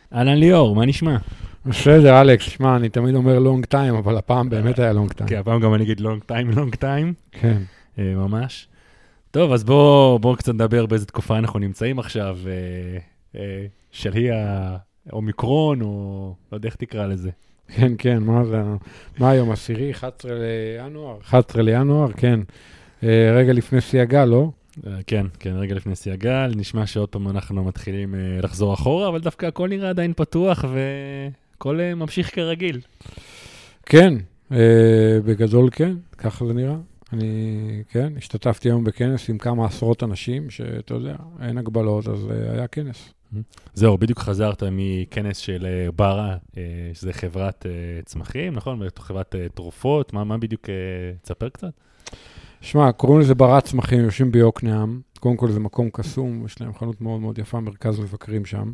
אהלן ליאור, מה נשמע? בסדר, אלכס, שמע, אני תמיד אומר לונג טיים, אבל הפעם באמת היה לונג טיים. כן, הפעם גם אני אגיד לונג טיים. כן. ממש. טוב, אז בואו קצת נדבר באיזה תקופה אנחנו נמצאים עכשיו, שלהי האומיקרון, או לא יודע איך תקרא לזה. כן, כן, מה זה? מה היום, 11 לינואר? 11 לינואר, כן. רגע לפני שיא הגל, לא? כן, רגע לפני שיא הגל, נשמע שעוד פעם אנחנו מתחילים לחזור אחורה, אבל דווקא הכל נראה עדיין פתוח, והכל ממשיך כרגיל. כן, בגדול כן, ככה זה נראה. כן, השתתפתי היום בכנס עם כמה עשרות אנשים, שאתה יודע, אין הגבלות, אז היה כנס. זהו, בדיוק חזרת מכנס של ברה, שזה חברת צמחים, נכון? חברת תרופות, מה בדיוק, תספר קצת? שמע, קוראים לזה ברת צמחים, יושבים ביוקנעם, קודם כל זה מקום קסום, יש להם חנות מאוד מאוד יפה, מרכז מבקרים שם.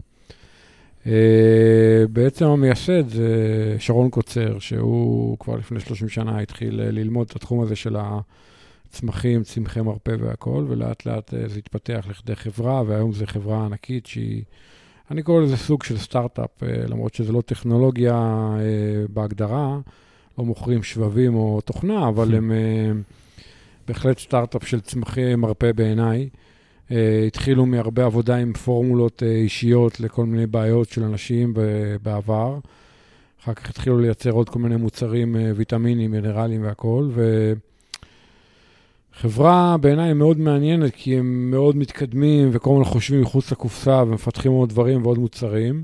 בעצם המייסד זה שרון קוצר, שהוא כבר לפני 30 שנה התחיל ללמוד את התחום הזה של הצמחים, צמחי מרפא והכל, ולאט לאט זה התפתח לכדי חברה, והיום זו חברה ענקית שהיא, אני קורא לזה סוג של סטארט-אפ, למרות שזה לא טכנולוגיה בהגדרה, לא מוכרים שבבים או תוכנה, אבל הם בהחלט סטארט-אפ של צמחי מרפא בעיניי. התחילו מהרבה עבודה עם פורמולות אישיות לכל מיני בעיות של אנשים בעבר. אחר כך התחילו לייצר עוד כל מיני מוצרים, ויטמינים, מינרלים והכל. וחברה בעיניי מאוד מעניינת, כי הם מאוד מתקדמים וכל מיני חושבים מחוץ לקופסה ומפתחים עוד דברים ועוד מוצרים.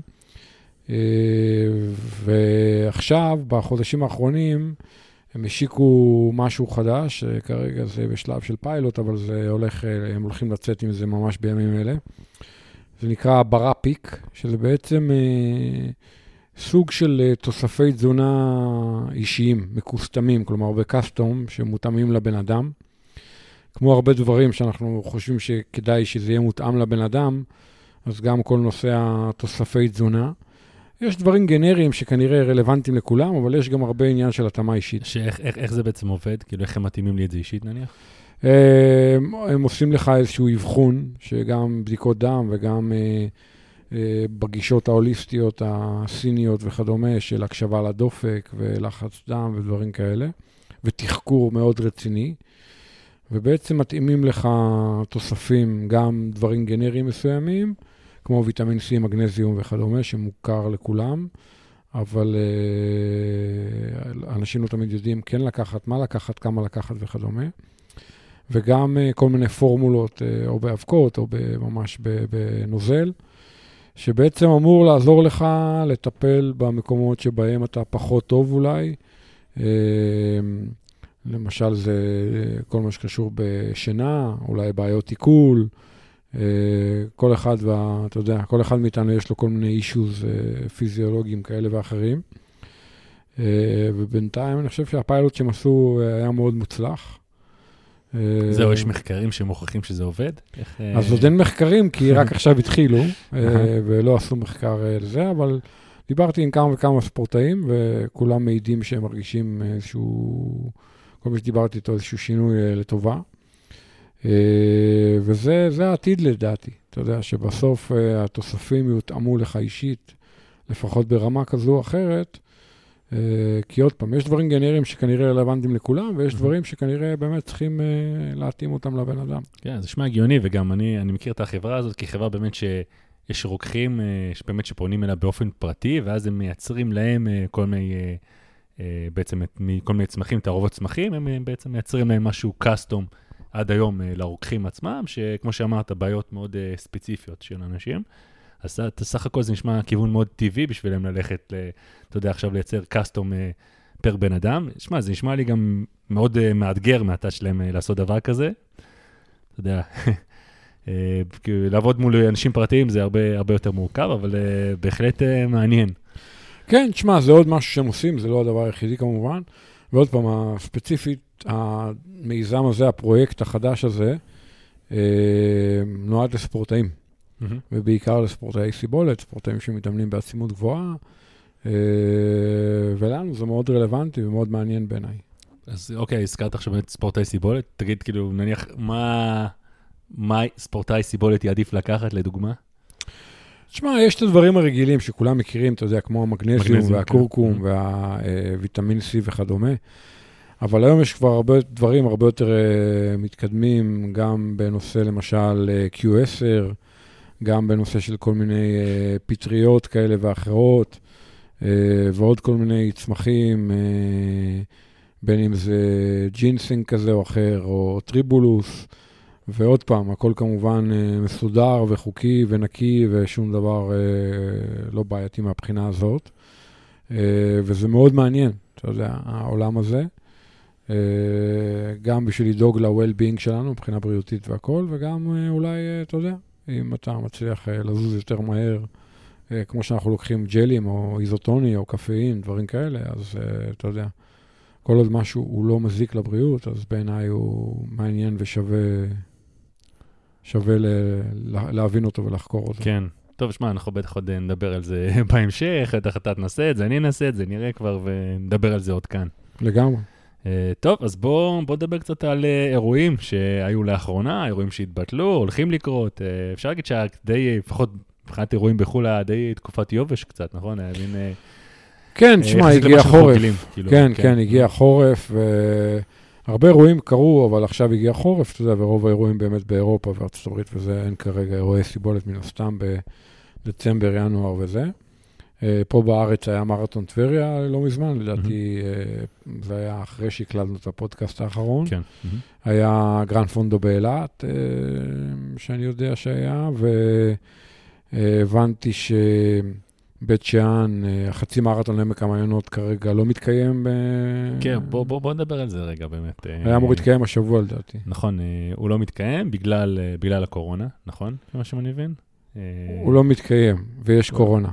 ועכשיו, בחודשים האחרונים, הם השיקו משהו חדש, כרגע זה בשלב של פיילוט, אבל הם הולכים לצאת עם זה ממש בימים אלה. זה נקרא ברה-פיק, שזה בעצם סוג של תוספי תזונה אישיים, מקוסטמים, כלומר בקסטום, שמותאמים לבן אדם. כמו הרבה דברים שאנחנו חושבים שכדאי שזה יהיה מותאם לבן אדם, אז גם כל נושא התוספי תזונה. יש דברים גנריים שכנראה רלוונטיים לכולם, אבל יש גם הרבה עניין של התאמה אישית. איך זה בעצם עובד? כאילו איך הם מתאימים לי את זה אישית נניח? הם עושים לך איזשהו אבחון, שגם בדיקות דם וגם בגישות ההוליסטיות, הסיניות וכדומה, של הקשבה לדופק ולחץ דם ודברים כאלה, ותחקור מאוד רציני, ובעצם מתאימים לך תוספים, גם דברים גנריים מסוימים, כמו ויטמין C, מגנזיום וכדומה, שמוכר לכולם, אבל אנשים לא תמיד יודעים כן לקחת, מה לקחת, כמה לקחת וכדומה. וגם כל מיני פורמולות, או באבקות, או ממש בנוזל, שבעצם אמור לעזור לך לטפל במקומות שבהם אתה פחות טוב אולי. למשל, זה כל מה שקשור בשינה, אולי בעיות עיכול, כל אחד, אתה יודע, כל אחד מאיתנו יש לו כל מיני אישוז פיזיולוגיים כאלה ואחרים. ובינתיים אני חושב שהפיילוט שהם עשו היה מאוד מוצלח. זהו, יש מחקרים שמוכיחים שזה עובד? אז עוד אין מחקרים, כי רק עכשיו התחילו, ולא עשו מחקר לזה, אבל דיברתי עם כמה וכמה ספורטאים, וכולם מעידים שהם מרגישים איזשהו, כל מי שדיברתי איתו, איזשהו שינוי לטובה. וזה העתיד לדעתי. אתה יודע שבסוף התוספים יותאמו לך אישית, לפחות ברמה כזו או אחרת, כי עוד פעם, יש דברים גנריים שכנראה רלוונטיים לכולם, ויש דברים שכנראה באמת צריכים להתאים אותם לבן אדם. כן, זה שמע הגיוני, וגם אני מכיר את החברה הזאת, כי חברה באמת שיש רוקחים שבאמת שפונים אליה באופן פרטי, ואז הם מייצרים להם כל מיני, בעצם כל מיני צמחים, תערובות צמחים, הם בעצם מייצרים להם משהו קאסטום, עד היום לרוקחים עצמם, שכמו שאמרת, בעיות מאוד ספציפיות של אנשים. אז סך הכל זה נשמע כיוון מאוד טבעי בשבילם ללכת, אתה יודע, עכשיו לייצר קאסטום פר בן אדם. שמע, זה נשמע לי גם מאוד מאתגר מהצד שלהם לעשות דבר כזה. אתה יודע, לעבוד מול אנשים פרטיים זה הרבה יותר מורכב, אבל בהחלט מעניין. כן, תשמע, זה עוד משהו שהם עושים, זה לא הדבר היחידי כמובן. ועוד פעם, הספציפית, המיזם הזה, הפרויקט החדש הזה, נועד לספורטאים. ובעיקר לספורטאי סיבולת, ספורטאים שמתאמנים בעצימות גבוהה, ולנו זה מאוד רלוונטי ומאוד מעניין בעיניי. אז אוקיי, הזכרת עכשיו את ספורטאי סיבולת, תגיד כאילו, נניח, מה ספורטאי סיבולת יעדיף לקחת לדוגמה? תשמע, יש את הדברים הרגילים שכולם מכירים, אתה יודע, כמו המגנזיום והקורקום והוויטמין C וכדומה, אבל היום יש כבר הרבה דברים הרבה יותר מתקדמים, גם בנושא למשל Q10, גם בנושא של כל מיני פטריות כאלה ואחרות, ועוד כל מיני צמחים, בין אם זה ג'ינסינג כזה או אחר, או טריבולוס, ועוד פעם, הכל כמובן מסודר וחוקי ונקי, ושום דבר לא בעייתי מהבחינה הזאת. וזה מאוד מעניין, אתה יודע, העולם הזה. גם בשביל לדאוג ל-well-being שלנו, מבחינה בריאותית והכל, וגם אולי, אתה יודע, אם אתה מצליח לזוז יותר מהר, כמו שאנחנו לוקחים ג'לים, או איזוטוני, או קפאין, דברים כאלה, אז אתה יודע, כל עוד משהו הוא לא מזיק לבריאות, אז בעיניי הוא מעניין שווה להבין אותו ולחקור אותו. כן. טוב, שמע, אנחנו בטח עוד נדבר על זה בהמשך, אתה תנסה את זה, אני אנסה את זה, נראה כבר ונדבר על זה עוד כאן. לגמרי. טוב, אז בוא נדבר קצת על אירועים שהיו לאחרונה, אירועים שהתבטלו, הולכים לקרות. אפשר להגיד שדי, לפחות מבחינת אירועים בחול, די תקופת יובש קצת, נכון? כן, תשמע, הגיע חורף. כן, הגיע חורף, והרבה אירועים קרו, אבל עכשיו הגיע חורף, אתה יודע, ורוב האירועים באמת באירופה וארצות הברית, וזה אין כרגע אירועי סיבולת מן הסתם בדצמבר, ינואר וזה. פה בארץ היה מרתון טבריה לא מזמן, לדעתי זה היה אחרי שהקלטנו את הפודקאסט האחרון. כן. היה גרנד פונדו באילת, שאני יודע שהיה, והבנתי שבית שאן, החצי מרתון לעמק המעיינות כרגע לא מתקיים. כן, בוא נדבר על זה רגע באמת. היה אמור להתקיים השבוע לדעתי. נכון, הוא לא מתקיים בגלל הקורונה, נכון? מה שאני מבין? הוא לא מתקיים, ויש קורונה.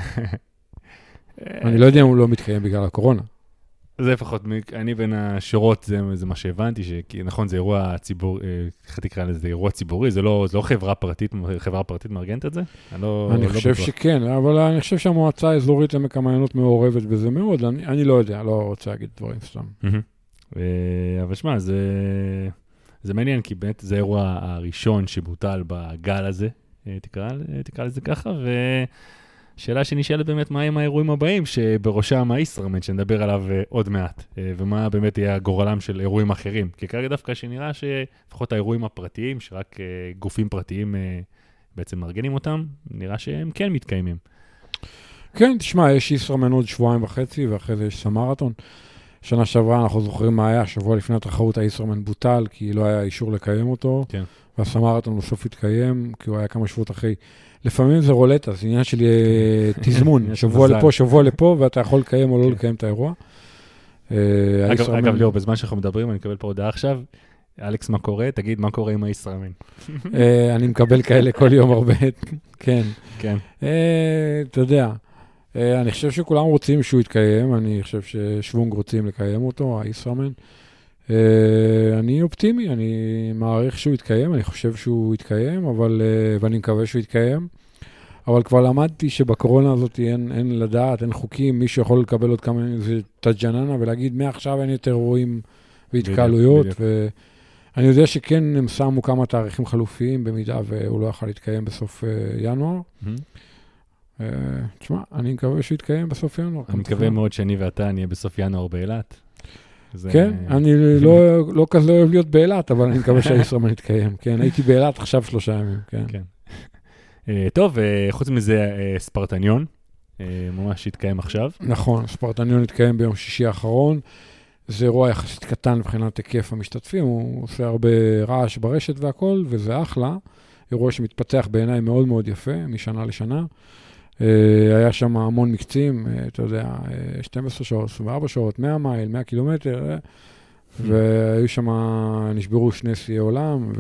אני לא יודע אם הוא לא מתקיים בגלל הקורונה. זה לפחות, אני בין השורות, זה מה שהבנתי, שנכון, זה אירוע ציבורי, איך תקרא לזה, אירוע ציבורי, זה לא חברה פרטית מארגנת את זה? אני חושב שכן, אבל אני חושב שהמועצה האזורית עמק המעיינות מעורבת בזה מאוד, אני לא יודע, לא רוצה להגיד דברים סתם. אבל שמע, זה מעניין, כי באמת זה האירוע הראשון שבוטל בגל הזה, תקרא לזה ככה, שאלה שנשאלת באמת מה עם האירועים הבאים, שבראשם הישראמן, שנדבר עליו עוד מעט, ומה באמת יהיה גורלם של אירועים אחרים. כי כרגע דווקא שנראה שלפחות האירועים הפרטיים, שרק גופים פרטיים בעצם מארגנים אותם, נראה שהם כן מתקיימים. כן, תשמע, יש ישראמן עוד 2.5 שבועות, ואחרי זה יש סמרתון. שנה שעברה, אנחנו זוכרים מה היה, שבוע לפני התחרות הישראמן בוטל, כי לא היה אישור לקיים אותו, כן. והסמרתון בסוף התקיים, כי הוא היה כמה שבועות אחרי. לפעמים זה רולטה, זה עניין של תזמון, שבוע לפה, שבוע לפה, ואתה יכול לקיים או לא לקיים את האירוע. אגב, ליאור, בזמן שאנחנו מדברים, אני מקבל פה הודעה עכשיו, אלכס, מה קורה? תגיד, מה קורה עם הישראמן? אני מקבל כאלה כל יום הרבה, כן. כן. אתה יודע, אני חושב שכולם רוצים שהוא יתקיים, אני חושב ששוונג רוצים לקיים אותו, הישראמן. אני אופטימי, אני מעריך שהוא יתקיים, אני חושב שהוא יתקיים, ואני מקווה שהוא יתקיים, אבל כבר למדתי שבקורונה הזאת אין לדעת, אין חוקים, מישהו יכול לקבל עוד כמה, זה תג'ננה, ולהגיד, מעכשיו אין יותר אירועים והתקהלויות, ואני יודע שכן הם שמו כמה תאריכים חלופיים, במידה והוא לא יכול להתקיים בסוף ינואר. תשמע, אני מקווה שהוא יתקיים בסוף ינואר. אני מקווה מאוד שאני ואתה נהיה בסוף ינואר באילת. כן, אני לא כזה אוהב להיות באילת, אבל אני מקווה שהישראמן יתקיים. כן, הייתי באילת עכשיו 3 ימים, כן. טוב, חוץ מזה, ספרטניון, ממש יתקיים עכשיו. נכון, ספרטניון יתקיים ביום שישי האחרון. זה אירוע יחסית קטן מבחינת היקף המשתתפים, הוא עושה הרבה רעש ברשת והכל, וזה אחלה. אירוע שמתפתח בעיניי מאוד מאוד יפה, משנה לשנה. היה שם המון מקצים, אתה יודע, 12 שעות, 24 שעות, 100 מייל, 100 קילומטר, והיו שם, נשברו 2 שיאי עולם,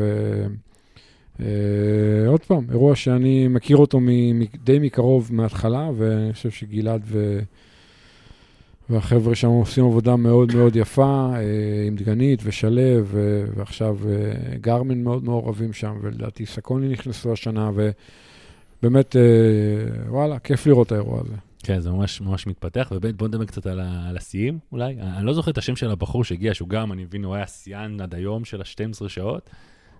ועוד פעם, אירוע שאני מכיר אותו די מקרוב מההתחלה, ואני חושב שגלעד והחבר'ה שם עושים עבודה מאוד מאוד יפה, עם דגנית ושלב, ועכשיו גרמן מאוד מעורבים שם, ולדעתי סקוני נכנסו השנה, באמת, וואלה, כיף לראות את האירוע הזה. כן, זה ממש ממש מתפתח, ובאמת בוא נדבר קצת על השיאים, אולי. אני לא זוכר את השם של הבחור שהגיע, שהוא גם, אני מבין, הוא היה שיאן עד היום של ה-12 שעות,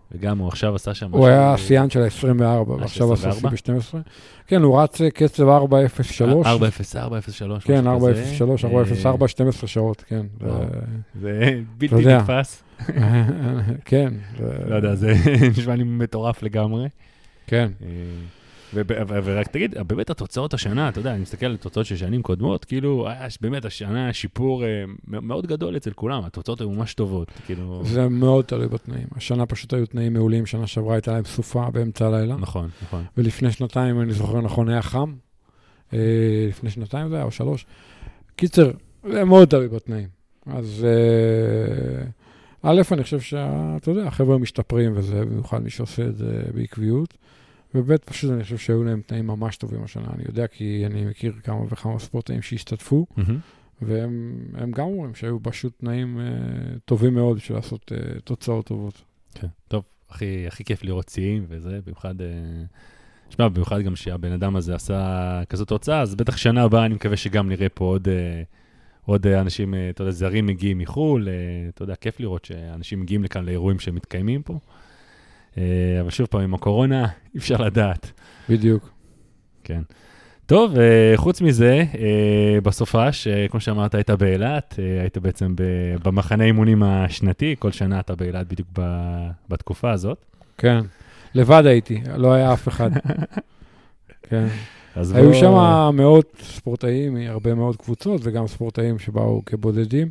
וגם הוא עכשיו עשה שם... הוא היה השיאן של ה-24, ועכשיו עשה שיא ב-12. כן, הוא רץ קצב 4.03. 4.03. כן, 4.03, 4.04, 12 שעות, כן. זה בלתי נתפס. כן. לא יודע, זה נשמע לי מטורף לגמרי. כן. ורק תגיד, באמת התוצאות השנה, אתה יודע, אני מסתכל על התוצאות של שנים קודמות, כאילו, באמת השנה שיפור מאוד גדול אצל כולם, התוצאות היו ממש טובות, כאילו... זה מאוד תלוי בתנאים. השנה פשוט היו תנאים מעולים, שנה שעברה הייתה להם סופה באמצע הלילה. נכון, נכון. ולפני שנתיים, אני זוכר נכון, היה חם. לפני שנתיים זה היה, או 3. קיצר, זה מאוד תלוי בתנאים. אז א', אני חושב שאתה יודע, החבר'ה משתפרים, וזה במיוחד מי שעושה את זה בעקביות. ובית פשוט אני חושב שהיו להם תנאים ממש טובים השנה. אני יודע כי אני מכיר כמה וכמה ספורטאים שהשתתפו, והם גם אומרים שהיו פשוט תנאים טובים מאוד בשביל לעשות תוצאות טובות. כן, טוב, הכי כיף לראות שיאים, וזה במיוחד, נשמע, במיוחד גם שהבן אדם הזה עשה כזאת תוצאה, אז בטח שנה הבאה אני מקווה שגם נראה פה עוד אנשים, אתה יודע, זרים מגיעים מחול, אתה יודע, כיף לראות שאנשים מגיעים לכאן לאירועים שמתקיימים פה. אבל שוב פעם, עם הקורונה, אי אפשר לדעת. בדיוק. כן. טוב, חוץ מזה, בסופש, כמו שאמרת, היית באילת, היית בעצם במחנה אימונים השנתי, כל שנה אתה באילת בדיוק בתקופה הזאת. כן, לבד הייתי, לא היה אף אחד. כן. היו שם מאות ספורטאים, הרבה מאוד קבוצות, וגם ספורטאים שבאו כבודדים.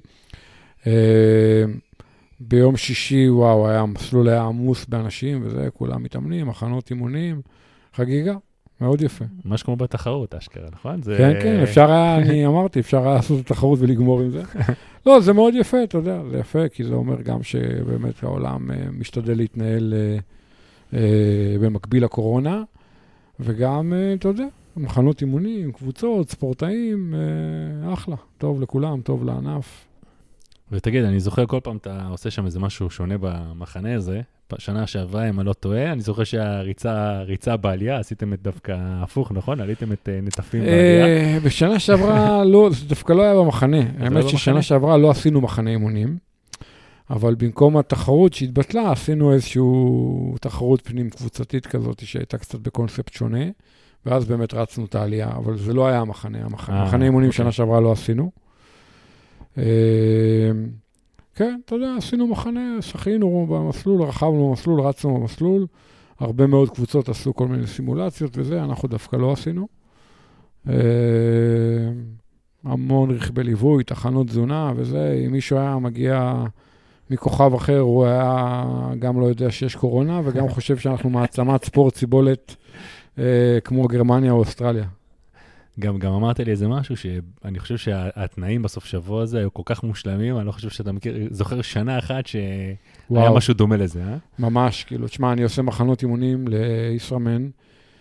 ביום שישי, וואו, המסלול היה עמוס באנשים, וזה, כולם מתאמנים, מחנות אימונים, חגיגה, מאוד יפה. ממש כמו בתחרות, אשכרה, נכון? כן, כן, אפשר היה, אני אמרתי, אפשר היה לעשות את התחרות ולגמור עם זה. לא, זה מאוד יפה, אתה יודע, זה יפה, כי זה אומר גם שבאמת העולם משתדל להתנהל במקביל לקורונה, וגם, אתה יודע, מחנות אימונים, קבוצות, ספורטאים, אחלה, טוב לכולם, טוב לענף. ותגיד, אני זוכר כל פעם אתה עושה שם איזה משהו שונה במחנה הזה, שנה שעברה, אם אני לא טועה, אני זוכר שהריצה בעלייה, עשיתם את דווקא הפוך, נכון? עליתם את נטפים בעלייה? בשנה שעברה, לא, זה דווקא לא היה במחנה. האמת ששנה שעברה לא עשינו מחנה אימונים, אבל במקום התחרות שהתבטלה, עשינו איזושהי תחרות פנים קבוצתית כזאת, שהייתה קצת בקונספט שונה, ואז באמת רצנו את העלייה, אבל זה לא היה המחנה. המחנה אימונים שנה שעברה לא עשינו. כן, אתה יודע, עשינו מחנה, שחינו במסלול, רכבנו במסלול, רצנו במסלול, הרבה מאוד קבוצות עשו כל מיני סימולציות וזה, אנחנו דווקא לא עשינו. המון רכבי ליווי, תחנות תזונה וזה, אם מישהו היה מגיע מכוכב אחר, הוא היה גם לא יודע שיש קורונה, וגם חושב שאנחנו מעצמת ספורט ציבולת כמו גרמניה או אוסטרליה. גם אמרת לי איזה משהו שאני חושב שהתנאים בסוף שבוע הזה היו כל כך מושלמים, אני לא חושב שאתה מכיר, זוכר שנה אחת שהיה משהו דומה לזה, אה? ממש, כאילו, תשמע, אני עושה מחנות אימונים לישראמן,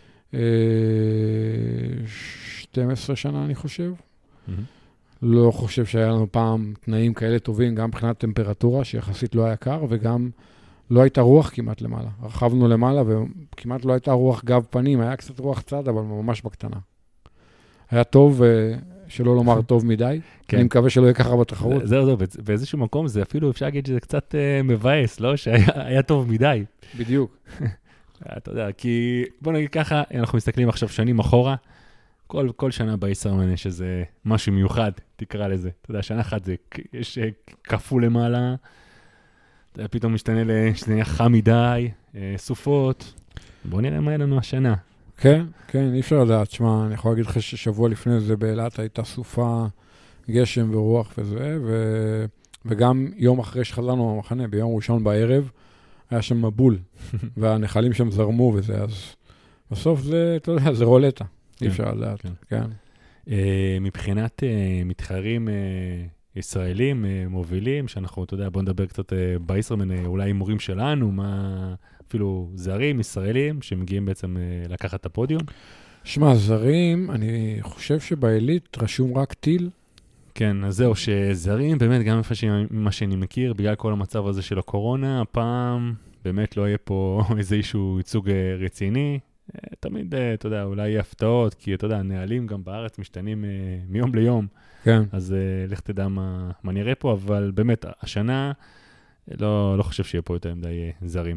12 שנה אני חושב. לא חושב שהיה לנו פעם תנאים כאלה טובים, גם מבחינת טמפרטורה, שיחסית לא היה קר, וגם לא הייתה רוח כמעט למעלה. רכבנו למעלה וכמעט לא הייתה רוח גב פנים, היה קצת רוח צד, אבל ממש בקטנה. היה טוב, שלא לומר טוב מדי. אני מקווה שלא יהיה ככה בתחרות. זהו, באיזשהו מקום זה אפילו, אפשר להגיד שזה קצת מבאס, לא? שהיה טוב מדי. בדיוק. אתה יודע, כי בוא נגיד ככה, אנחנו מסתכלים עכשיו שנים אחורה, כל שנה בישראמן יש איזה משהו מיוחד, תקרא לזה. אתה יודע, שנה אחת זה, יש כפול למעלה, פתאום משתנה לשנייה חם מדי, סופות. בוא נראה מה היה לנו השנה. כן, כן, אי אפשר לדעת. שמה, אני יכול להגיד לך ששבוע לפני זה באילת הייתה סופה, גשם ורוח וזה, וגם יום אחרי שחזרנו במחנה, ביום ראשון בערב, היה שם מבול, והנחלים שם זרמו וזה, אז בסוף זה, אתה יודע, זה רולטה. אי אפשר לדעת, כן. מבחינת מתחרים ישראלים מובילים, שאנחנו, אתה יודע, בוא נדבר קצת בישראמן, אולי הימורים שלנו, מה אפילו זרים, ישראלים, שמגיעים בעצם לקחת את הפודיום? שמע, זרים, אני חושב שבעילית רשום רק טיל. כן, אז זהו, שזרים, באמת, גם מה שאני מכיר, בגלל כל המצב הזה של הקורונה, הפעם באמת לא יהיה פה איזשהו ייצוג רציני. תמיד, אתה יודע, אולי יהיה הפתעות, כי אתה יודע, הנהלים גם בארץ משתנים מיום ליום. כן. אז לך תדע מה נראה פה, אבל באמת, השנה לא חושב שיהיה פה יותר מדי זרים.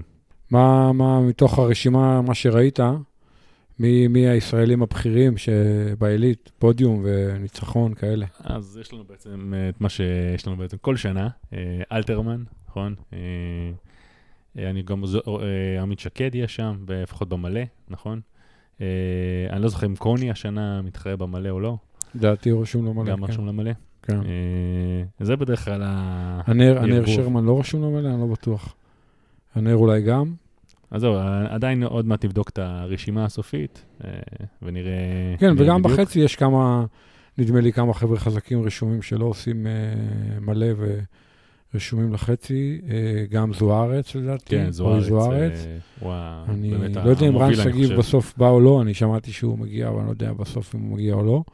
מה מתוך הרשימה, מה שראית, מי הישראלים הבכירים שבעילית, פודיום וניצחון כאלה? אז יש לנו בעצם את מה שיש לנו בעצם כל שנה, אלתרמן, נכון? אני גם, עמית שקד יהיה שם, לפחות במלא, נכון? אני לא זוכר אם קוני השנה מתחרה במלא או לא. דעתי הוא רשום למלא. גם רשום למלא. כן. זה בדרך כלל הנר שרמן לא רשום למלא, אני לא בטוח. הנר אולי גם. אז זהו, עדיין עוד מעט נבדוק את הרשימה הסופית, ונראה... כן, וגם בחצי יש כמה, נדמה לי כמה חבר'ה חזקים רשומים שלא עושים מלא ורשומים לחצי, גם זוארץ לדעתי. כן, זוארץ. אני לא יודע אם רן שגיב בסוף בא או לא, אני שמעתי שהוא מגיע, אבל אני לא יודע בסוף אם הוא מגיע או לא.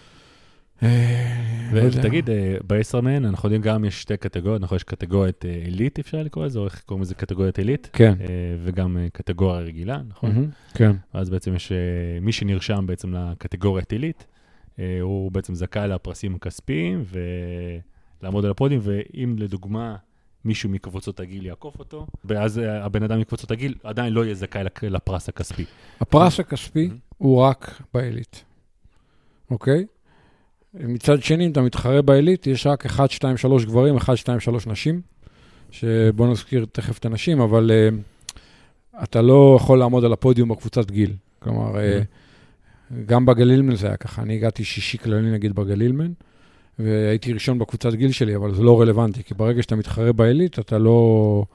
ותגיד, ב-10man אנחנו יודעים גם יש שתי קטגוריות, נכון, יש קטגוריית אליט, אפשר לקרוא לזה, או איך קוראים לזה קטגוריית אליט? כן. וגם קטגוריה רגילה, נכון? כן. אז בעצם יש מי שנרשם בעצם לקטגוריית אליט, הוא בעצם זכאי לפרסים הכספיים, ולעמוד על הפודיום, ואם לדוגמה מישהו מקבוצות הגיל יעקוף אותו, ואז הבן אדם מקבוצות הגיל עדיין לא יהיה זכאי לפרס הכספי. הפרס הכספי הוא רק באליט, אוקיי? מצד שני, אם אתה מתחרה באליט, יש רק 1, 2, 3 גברים, 1, 2, 3 נשים, שבוא נזכיר תכף את הנשים, אבל אתה לא יכול לעמוד על הפודיום בקבוצת גיל. כלומר, גם בגלילמן זה היה ככה. אני הגעתי שישי כללי, נגיד, בגלילמן, והייתי ראשון בקבוצת גיל שלי, אבל זה לא רלוונטי, כי ברגע שאתה מתחרה באליט, אתה לא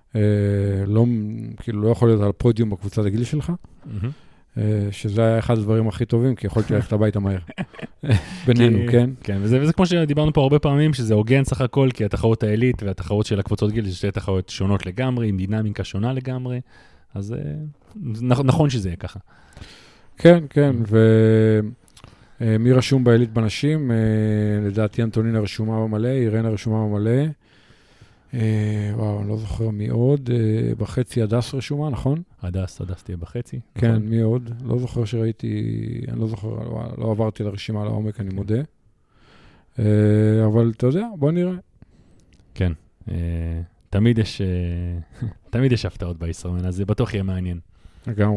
יכול להיות על הפודיום בקבוצת הגיל שלך. שזה היה אחד הדברים הכי טובים, כי יכולתי ללכת הביתה מהר. בינינו, כן? כן, וזה כמו שדיברנו פה הרבה פעמים, שזה הוגן סך הכל, כי התחרות העילית והתחרות של הקבוצות גיל, זה שתי תחרות שונות לגמרי, עם דינמיקה שונה לגמרי, אז נכון שזה יהיה ככה. כן, כן, ומי רשום בעילית בנשים? לדעתי אנטונינה רשומה במלא, אירנה רשומה במלא, וואו, אני לא זוכר מי עוד, בחצי הדס רשומה, נכון? הדס תהיה בחצי. כן, נכון. מי עוד? לא זוכר שראיתי, אני לא זוכר, לא עברתי לרשימה לעומק, אני מודה. אבל אתה יודע, בוא נראה. כן, תמיד יש הפתעות בישראמן, אז זה בטוח יהיה מעניין. לגמרי.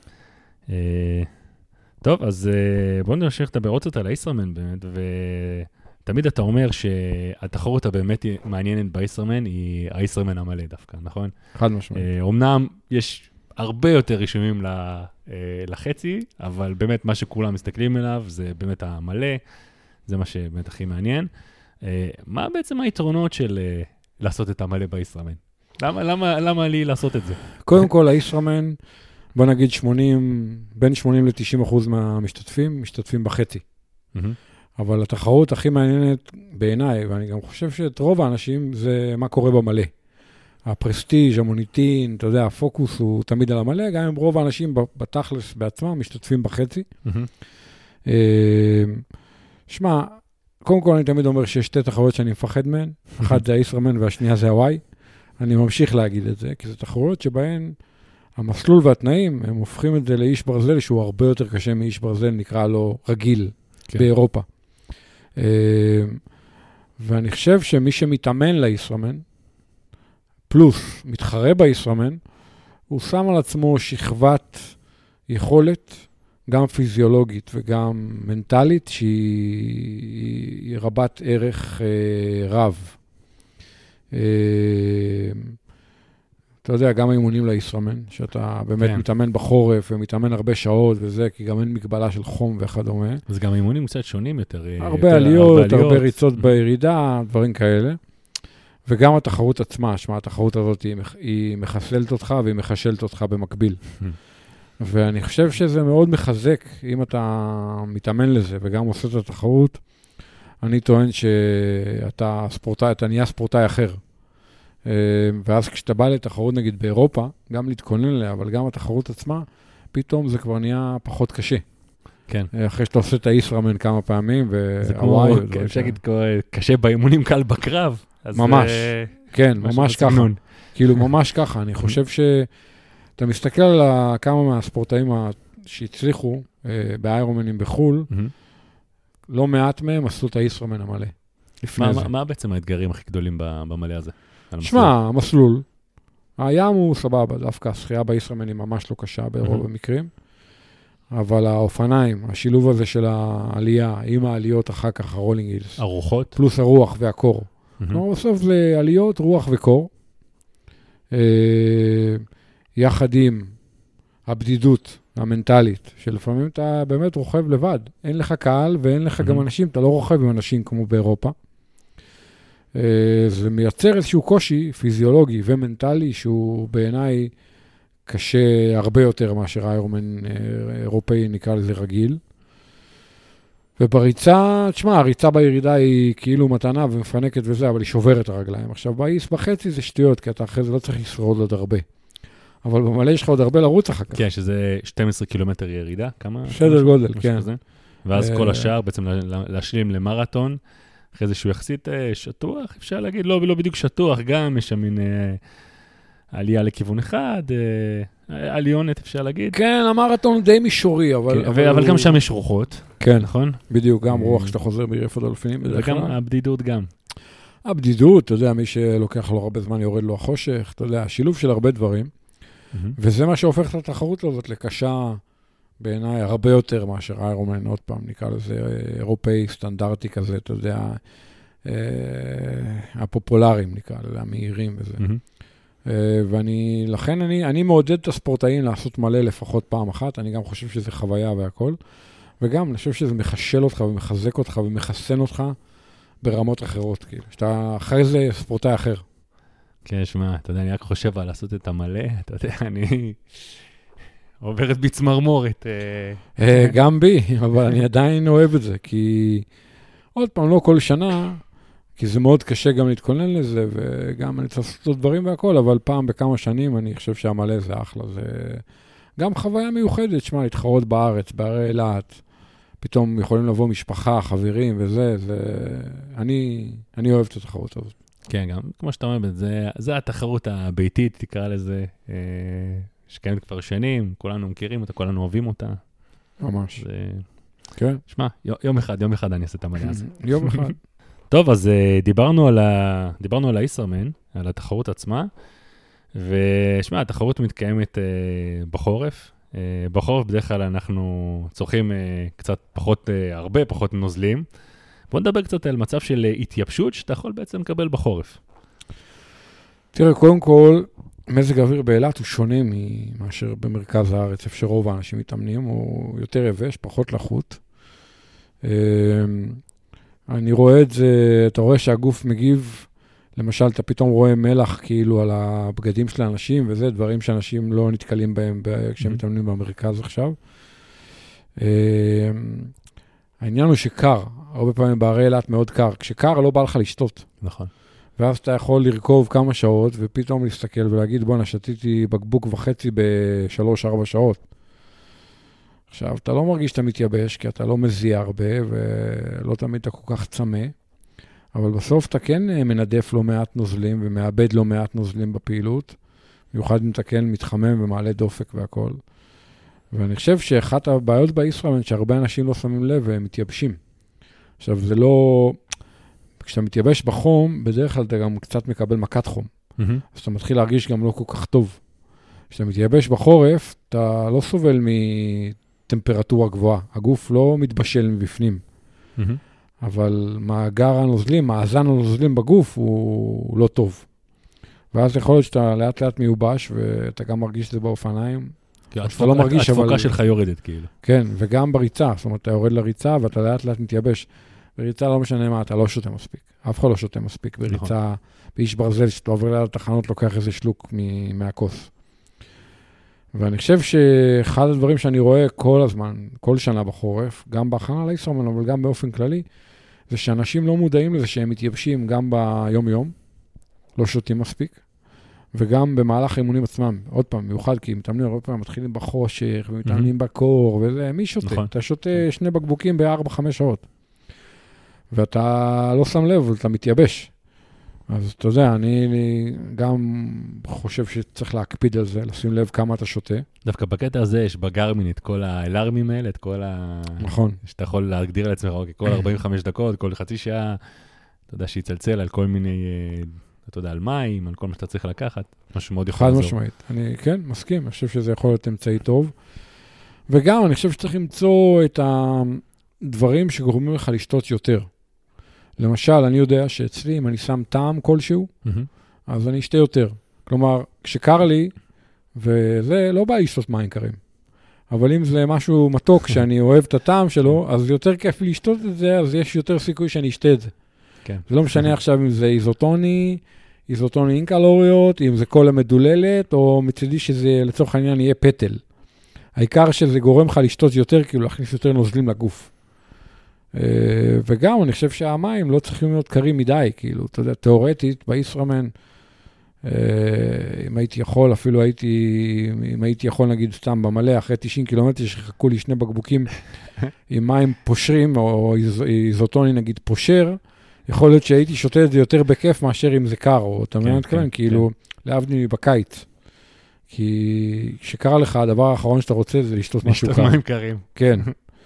טוב, אז בואו נמשיך את הברוץ על הישראמן באמת, תמיד אתה אומר שהתחרות הבאמת מעניינת בישראמן היא הישראמן המלא דווקא, נכון? חד משמעית. אמנם יש הרבה יותר רישומים לחצי, אבל באמת מה שכולם מסתכלים אליו זה באמת המלא, זה מה שבאמת הכי מעניין. מה בעצם היתרונות של לעשות את המלא בישראמן? למה לי לעשות את זה? קודם כל, הישראמן, בוא נגיד בין 80 ל-90% מהמשתתפים, משתתפים בחצי. אבל התחרות הכי מעניינת בעיניי, ואני גם חושב שאת רוב האנשים, זה מה קורה במלא. הפרסטיג', המוניטין, אתה יודע, הפוקוס הוא תמיד על המלא, גם אם רוב האנשים בתכלס בעצמם משתתפים בחצי. שמע, קודם כל אני תמיד אומר שיש שתי תחרויות שאני מפחד מהן, אחת זה הישראמן והשנייה זה הוואי. אני ממשיך להגיד את זה, כי זה תחרויות שבהן המסלול והתנאים, הם הופכים את זה לאיש ברזל, שהוא הרבה יותר קשה מאיש ברזל, נקרא לו רגיל באירופה. ואני חושב שמי שמתאמן לישראמן, פלוס מתחרה בישראמן, הוא שם על עצמו שכבת יכולת, גם פיזיולוגית וגם מנטלית, שהיא רבת ערך רב. אתה יודע, גם האימונים לישראמן, שאתה באמת מתאמן בחורף ומתאמן הרבה שעות וזה, כי גם אין מגבלה של חום וכדומה. אז גם האימונים קצת שונים יותר. הרבה עליות, הרבה ריצות בירידה, דברים כאלה. וגם התחרות עצמה, שמה, התחרות הזאת היא מחסלת אותך והיא מחשלת אותך במקביל. ואני חושב שזה מאוד מחזק, אם אתה מתאמן לזה וגם עושה את התחרות, אני טוען שאתה ספורטאי, אתה נהיה ספורטאי אחר. ואז כשאתה בא לתחרות נגיד באירופה, גם להתכונן אליה, אבל גם התחרות עצמה, פתאום זה כבר נהיה פחות קשה. כן. אחרי שאתה עושה את הישראמן כמה פעמים, זה כמו, אפשר להגיד, קשה באימונים, קל בקרב. ממש, כן, ממש ככה. כאילו ממש ככה, אני חושב שאתה מסתכל על כמה מהספורטאים שהצליחו באיירומנים בחול, לא מעט מהם עשו את הישראמן המלא. מה בעצם האתגרים הכי גדולים במלא הזה? שמע, המסלול, הים הוא סבבה, דווקא השחייה בישראמן היא ממש לא קשה ברוב המקרים, אבל האופניים, השילוב הזה של העלייה, עם העליות אחר כך, הרולינג הילס. הרוחות. פלוס הרוח והקור. כלומר, בסוף זה עליות, רוח וקור. יחד עם הבדידות המנטלית, שלפעמים אתה באמת רוכב לבד. אין לך קהל ואין לך גם אנשים, אתה לא רוכב עם אנשים כמו באירופה. זה מייצר איזשהו קושי פיזיולוגי ומנטלי, שהוא בעיניי קשה הרבה יותר מאשר איירומן אירופאי, נקרא לזה רגיל. ובריצה, תשמע, הריצה בירידה היא כאילו מתנה ומפנקת וזה, אבל היא שוברת הרגליים. עכשיו, באיס בחצי זה שטויות, כי אתה אחרי זה לא צריך לשרוד עוד הרבה. אבל במלא יש לך עוד הרבה לרוץ אחר כך. כן, שזה 12 קילומטר ירידה, כמה? בסדר גודל, כן. ואז כל השאר בעצם להשלים למרתון, אחרי זה שהוא יחסית שטוח, אפשר להגיד, לא בדיוק שטוח, גם יש שם מין עלייה לכיוון אחד, עליונת אפשר להגיד. כן, המרתון די מישורי, אבל גם שם יש רוחות, נכון? בדיוק, גם רוח שאתה חוזר מריף הדולפינים. וגם הבדידות גם. הבדידות, אתה יודע, מי שלוקח לו הרבה זמן יורד לו החושך, אתה יודע, השילוב של הרבה דברים, וזה מה שהופך את התחרות הזאת לקשה בעיניי הרבה יותר מאשר איירומן, עוד פעם, נקרא לזה אירופאי, סטנדרטי כזה, אתה יודע, הפופולריים נקרא לזה, המהירים וזה. ולכן אני מעודד את הספורטאים לעשות מלא לפחות פעם אחת, אני גם חושב שזה חוויה והכל, וגם אני חושב שזה מחשל אותך ומחזק אותך ומחסן אותך ברמות אחרות, כאילו, שאתה אחרי זה ספורטאי אחר. כן, שמע, אתה יודע, אני רק חושב על לעשות את המלא, אתה יודע, אני עוברת בצמרמורת. גם בי, אבל אני עדיין אוהב את זה, כי עוד פעם, לא כל שנה, כי זה מאוד קשה גם להתכונן לזה, וגם אני צריך לעשות דברים והכל, אבל פעם בכמה שנים אני חושב שהמלא זה אחלה, זה גם חוויה מיוחדת, שמע, להתחרות בארץ, בערי אילת, פתאום יכולים לבוא משפחה, חברים וזה, אני אוהב את התחרות הזאת. כן, גם כמו שאתה אומר, זה התחרות הביתית, תקרא לזה, שקיימת כבר שנים, כולנו מכירים אותה, כולנו אוהבים אותה. ממש. כן. שמע, יום אחד אני אעשה את המלא הזה. יום אחד. טוב, אז דיברנו על הישראמן, על התחרות עצמה, ושמע, התחרות מתקיימת בחורף. בחורף בדרך כלל אנחנו צורכים קצת פחות, הרבה פחות נוזלים. בוא נדבר קצת על מצב של התייבשות שאתה יכול בעצם לקבל בחורף. תראה, קודם כל, מזג האוויר באילת הוא שונה מאשר במרכז הארץ, איפה שרוב האנשים מתאמנים, הוא יותר יבש, פחות לחות. אני רואה את זה, אתה רואה שהגוף מגיב, למשל, אתה פתאום רואה מלח כאילו על הבגדים של האנשים, וזה דברים שאנשים לא נתקלים בהם כשהם מתאמנים במרכז עכשיו. העניין הוא שקר, הרבה פעמים בערי אילת מאוד קר, כשקר לא בא לך לשתות. נכון. ואז אתה יכול לרכוב כמה שעות, ופתאום להסתכל ולהגיד, בוא, נשתיתי בקבוק וחצי ב3-4 שעות. עכשיו, אתה לא מרגיש שאתה מתייבש, כי אתה לא מזיע הרבה, ולא תמיד אתה כל כך צמא, אבל בסוף אתה כן מנדף לא מעט נוזלים, ומאבד לא מעט נוזלים בפעילות, במיוחד אם אתה כן מתחמם ומעלה דופק והכל. ואני חושב שאחת הבעיות בישראמן, שהרבה אנשים לא שמים לב, והם מתייבשים. עכשיו, זה לא... כשאתה מתייבש בחום, בדרך כלל אתה גם קצת מקבל מכת חום. אז אתה מתחיל להרגיש גם לא כל כך טוב. כשאתה מתייבש בחורף, אתה לא סובל מטמפרטורה גבוהה. הגוף לא מתבשל מבפנים. אבל מאגר הנוזלים, מאזן הנוזלים בגוף הוא לא טוב. ואז יכול להיות שאתה לאט לאט מיובש, ואתה גם מרגיש את זה באופניים. אתה לא מרגיש, אבל... התפוקה שלך יורדת, כאילו. כן, וגם בריצה. זאת אומרת, אתה יורד לריצה, ואתה לאט לאט מתייבש. בריצה לא משנה מה, אתה לא שותה מספיק. אף אחד לא שותה מספיק בריצה. באיש ברזל, שאתה עובר ליד התחנות, לוקח איזה שלוק מהכוס. ואני חושב שאחד הדברים שאני רואה כל הזמן, כל שנה בחורף, גם בהכנה לישראמן, אבל גם באופן כללי, זה שאנשים לא מודעים לזה שהם מתייבשים גם ביום-יום, לא שותים מספיק, וגם במהלך האימונים עצמם. עוד פעם, מיוחד, כי מתאמנים הרבה פעמים, מתחילים בחושך, ומתאמנים בקור, וזה, מי שותה? נכון. אתה שותה 2 בקבוקים ב4-5 שעות. ואתה לא שם לב, אתה מתייבש. אז אתה יודע, אני גם חושב שצריך להקפיד על זה, לשים לב כמה אתה שותה. דווקא בקטע הזה יש בגרמין את כל האלארמים האלה, את כל נכון. שאתה יכול להגדיר לעצמך, כל 45 דקות, כל חצי שעה, אתה יודע, שיצלצל על כל מיני אתה יודע, על מים, על כל מה שאתה צריך לקחת, משהו מאוד יכול חד לעזור. משמעית. אני כן, מסכים, אני חושב שזה יכול להיות אמצעי טוב. וגם, אני חושב שצריך למצוא את הדברים שגורמים לך לשתות יותר. למשל, אני יודע שאצלי, אם אני שם טעם כלשהו, אז אני אשתה יותר. כלומר, כשקר לי, וזה לא בא לשתות מים קרים. אבל אם זה משהו מתוק שאני אוהב את הטעם שלו, אז יותר כיף לי לשתות את זה, אז יש יותר סיכוי שאני אשתה את זה. כן. זה לא משנה עכשיו אם זה איזוטוני עם קלוריות, אם זה קולה מדוללת, או מצידי שזה לצורך העניין יהיה פטל. העיקר שזה גורם לך לשתות יותר, כאילו להכניס יותר נוזלים לגוף. וגם אני חושב שהמים לא צריכים להיות קרים מדי, כאילו, אתה יודע, תיאורטית, בישראמן, אם הייתי יכול, אפילו אם הייתי יכול, נגיד, סתם במלא, אחרי 90 קילומטר, שחכו לי 2 בקבוקים עם מים פושרים, או איזוטוני, נגיד, פושר, יכול להיות שהייתי שותה את זה יותר בכיף מאשר אם זה קר, או אתה מבין את כלן, כאילו, להבדיל בקיץ. כי כשקר לך, הדבר האחרון שאתה רוצה זה לשתות משהו קר. לשתות מים קרים. כן.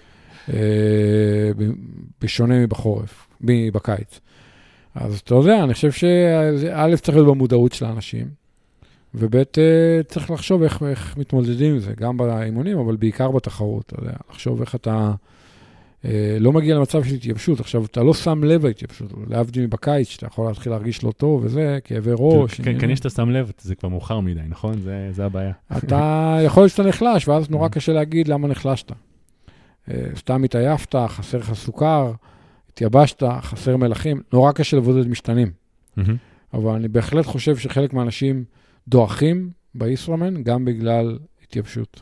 בשונה בקיץ. אז אתה יודע, אני חושב שא' צריך להיות במודעות של האנשים, וב' צריך לחשוב איך מתמודדים עם זה, גם באימונים, אבל בעיקר בתחרות, אתה יודע, לחשוב איך אתה לא מגיע למצב של התייבשות. עכשיו, אתה לא שם לב להתייבשות, להבדיל בקיץ, שאתה יכול להתחיל להרגיש לא טוב, וזה, כאבי ראש. כן, שאתה שם לב, זה כבר מאוחר מדי, נכון? זה הבעיה. אתה יכול להיות שאתה נחלש, ואז נורא קשה להגיד למה נחלשת. סתם התעייפת, חסר לך סוכר, התייבשת, חסר מלחים, נורא קשה לבודד משתנים. אבל אני בהחלט חושב שחלק מהאנשים דועכים בישראמן, גם בגלל התייבשות.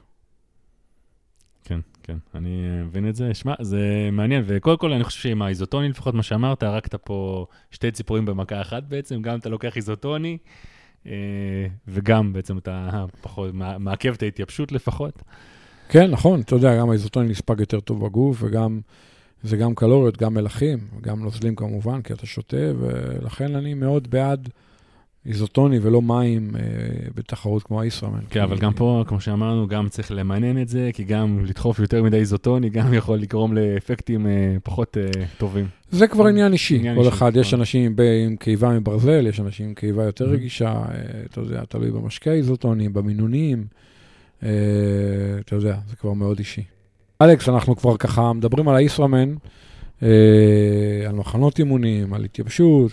כן, אני מבין את זה. שמע, זה מעניין, וקודם כל אני חושב שעם האיזוטוני, לפחות מה שאמרת, הרגת פה 2 ציפורים במכה אחת בעצם, גם אתה לוקח איזוטוני, וגם בעצם אתה פחות מעכב את ההתייבשות לפחות. כן, נכון, אתה יודע, גם האיזוטוני נספג יותר טוב בגוף, וגם זה גם קלוריות, גם מלחים, גם נוזלים כמובן, כי אתה שותה, ולכן אני מאוד בעד איזוטוני ולא מים בתחרות כמו הישראמן. כן, אבל גם פה, כמו שאמרנו, גם צריך למנן את זה, כי גם לדחוף יותר מדי איזוטוני, גם יכול לגרום לאפקטים פחות טובים. זה כבר עניין אישי. כל אחד, יש אנשים עם קיבה מברזל, יש אנשים עם קיבה יותר רגישה, אתה יודע, תלוי במשקי איזוטונים, במינונים, אתה יודע, זה כבר מאוד אישי. אלכס, אנחנו כבר ככה מדברים על הישראמן, על מחנות אימונים, על התייבשות,